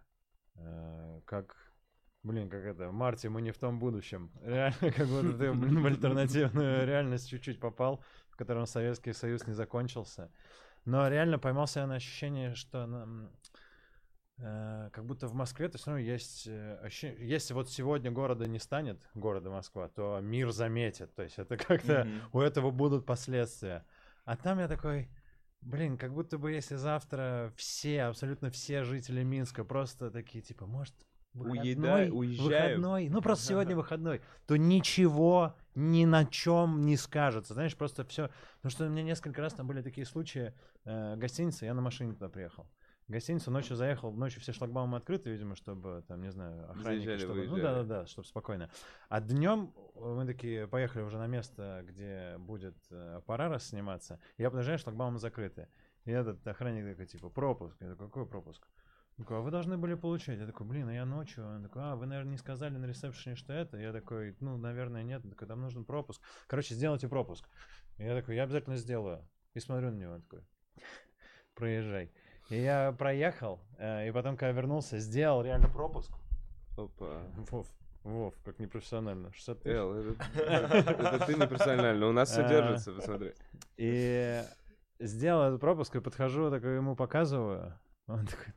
в марте мы не в том будущем. Реально, как будто ты, в альтернативную реальность чуть-чуть попал, в котором Советский Союз не закончился. Но реально поймался я на ощущение, что как будто в Москве-то все равно есть ощущение, если вот сегодня города не станет, города Москва, то мир заметит. То есть это как-то у этого будут последствия. А там я такой... как будто бы если завтра абсолютно все жители Минска просто такие, типа, может, выходной, просто сегодня выходной, то ничего ни на чем не скажется. Знаешь, просто все. Потому что у меня несколько раз там были такие случаи, гостиница, я на машине туда приехал. В гостиницу ночью заехал, ночью все шлагбаумы открыты, видимо, чтобы, там, не знаю, охранники, чтобы... чтобы спокойно. А днем мы такие поехали уже на место, где будет Парара сниматься. Я подъезжаю, шлагбаумы закрыты. И этот охранник такой, типа, пропуск. Я такой, какой пропуск? Он такой, а вы должны были получать. Я такой, а я ночью. Он такой, вы, наверное, не сказали на ресепшене, что это? Я такой, наверное, нет. Он такой, там нужен пропуск. Короче, сделайте пропуск. Я такой, я обязательно сделаю. И смотрю на него, он такой, проезжай. И я проехал, и потом, когда вернулся, сделал реально пропуск. Опа. Вов, как непрофессионально. 60 тысяч. Эл, это ты непрофессионально. У нас все держится, посмотри. И сделал этот пропуск, и подхожу, такой ему показываю. Он такой,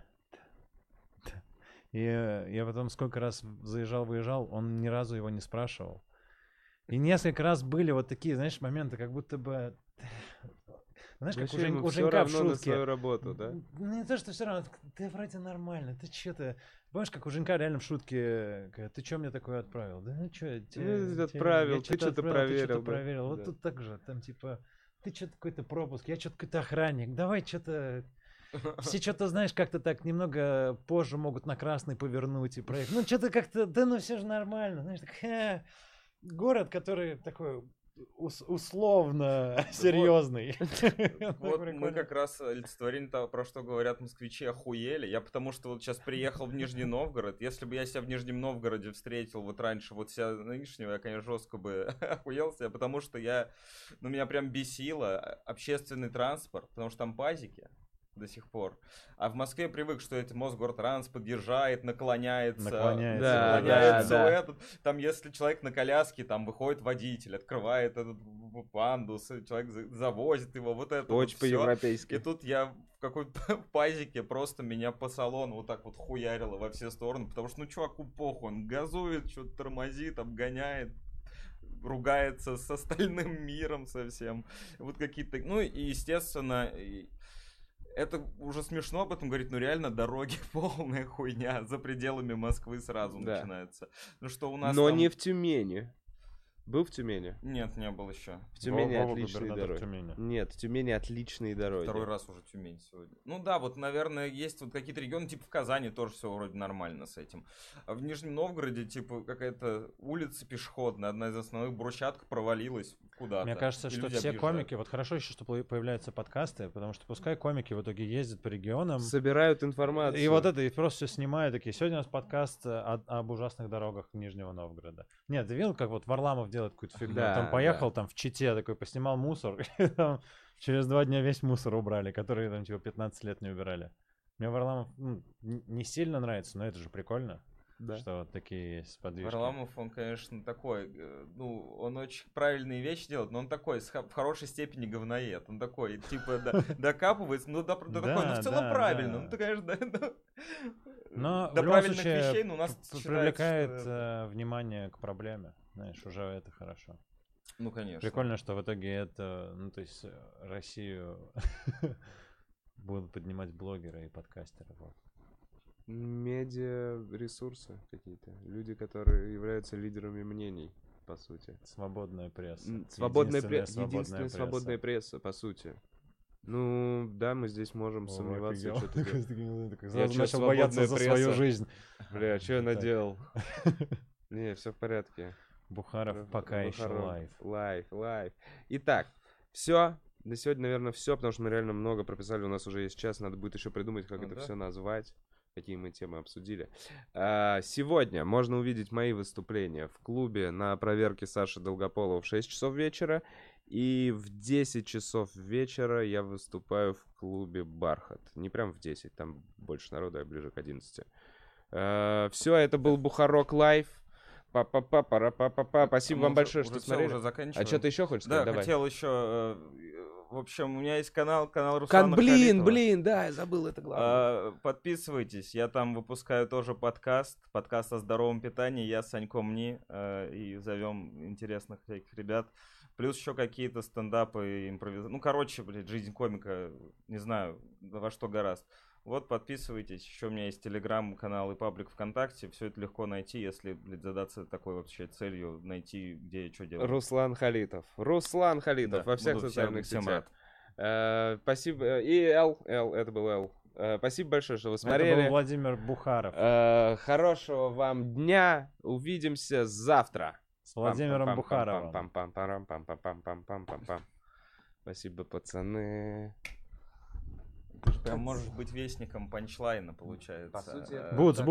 да. И я потом сколько раз заезжал-выезжал, он ни разу его не спрашивал. И несколько раз были вот такие, знаешь, моменты, как будто бы... Знаешь, как у Женька в шутке. На свою работу, да? Ну, не то, что все равно, ты вроде нормально, ты что-то... Помнишь, как у Женька реально в шутке, ты что мне такое отправил? Да ну что, отправил, ты что-то проверил. Да. Вот тут так же, там типа, ты что-то какой-то пропуск, я что-то какой-то охранник, давай что-то... Все что-то, знаешь, как-то так немного позже могут на красный повернуть и проехать. Ну, что-то как-то, да ну все же нормально. Знаешь, так, город, который такой... условно серьезный. Вот мы как раз олицетворение того, про что говорят москвичи, охуели. Я потому что вот сейчас приехал в Нижний Новгород. Если бы я себя в Нижнем Новгороде встретил вот раньше, вот себя нынешнего, я, конечно, жестко бы охуел себя, потому что меня прям бесило общественный транспорт, потому что там пазики до сих пор. А в Москве привык, что это Мосгортранс подъезжает, наклоняется. Да. Там, если человек на коляске, там выходит водитель, открывает этот пандус, человек завозит его, вот это очень вот по-европейски. И тут я в какой-то пазике просто меня по салону вот так вот хуярило во все стороны, потому что, чуваку похуй, он газует, что-то тормозит, обгоняет, ругается с остальным миром совсем. Вот какие-то... Ну и, естественно... Это уже смешно об этом говорить, но реально дороги полная хуйня. За пределами Москвы сразу начинается. Ну что у нас но там... не в Тюмени. Был в Тюмени? Нет, не был еще. В Тюмени отличные дороги. Нет, в Тюмени отличные дороги. Второй раз уже Тюмень сегодня. Ну да, вот, наверное, есть вот какие-то регионы, типа в Казани тоже все вроде нормально с этим. А в Нижнем Новгороде, типа, какая-то улица пешеходная, одна из основных брусчатка провалилась куда-то. Мне кажется, что все комики, вот хорошо еще, что появляются подкасты, потому что пускай комики в итоге ездят по регионам. Собирают информацию. И вот это, и просто все снимают, такие, сегодня у нас подкаст об ужасных дорогах Нижнего Новгорода. Нет, ты видел, как вот Варламов делает какую-то фигню? Да, там поехал, там в Чите такой, поснимал мусор, и там через 2 дня весь мусор убрали, который там типа 15 лет не убирали. Мне Варламов не сильно нравится, но это же прикольно. Да. Что вот такие есть подвижки. Варламов, он, конечно, такой, он очень правильные вещи делает, но он такой, в хорошей степени говноед. Он такой, типа, докапывается, такой, в целом правильно. Ну, ты, конечно, но в любом случае привлекает внимание к проблеме. Знаешь, уже это хорошо. Ну, конечно. Прикольно, что в итоге это, то есть Россию будут поднимать блогеры и подкастеры. Вот. Медиа-ресурсы какие-то. Люди, которые являются лидерами мнений, по сути. Свободная пресса. Единственная свободная пресса, по сути. Ну, да, мы здесь можем сомневаться. Я начал бояться за свою жизнь. Бля, что я наделал? Не, все в порядке. Бухаров пока еще лайв. Итак, все. На сегодня, наверное, все, потому что мы реально много прописали. У нас уже есть час, надо будет еще придумать, как это все назвать. Какие мы темы обсудили. Сегодня можно увидеть мои выступления в клубе на проверке Саши Долгополова в 6 часов вечера. И в 10 часов вечера я выступаю в клубе «Бархат». Не прям в 10, там больше народу, а ближе к 11. Все, это был Бухарок Лайв. Спасибо вам большое, что смотрели. А что ты еще хочешь сказать? Да, хотел еще... В общем, у меня есть канал Руслана Халитова. Блин, да, я забыл, это главное. Подписывайтесь, я там выпускаю тоже подкаст о здоровом питании, я с Саньком Ни, и зовем интересных всяких ребят. Плюс еще какие-то стендапы, импровизации. Ну, короче, блядь, жизнь комика, не знаю, во что гораст. Вот, подписывайтесь. Еще у меня есть телеграм-канал и паблик ВКонтакте. Все это легко найти, если, блядь, задаться такой вообще целью, найти, где и что делать. Руслан Халитов, да, во всех социальных сетях. Спасибо. И это был Эл. Спасибо большое, что вы смотрели. Это был Владимир Бухаров. Хорошего вам дня. Увидимся завтра. С Владимиром Бухаровым. Спасибо, пацаны. Ты же прям можешь быть вестником панчлайна, получается. По сути, Бутс.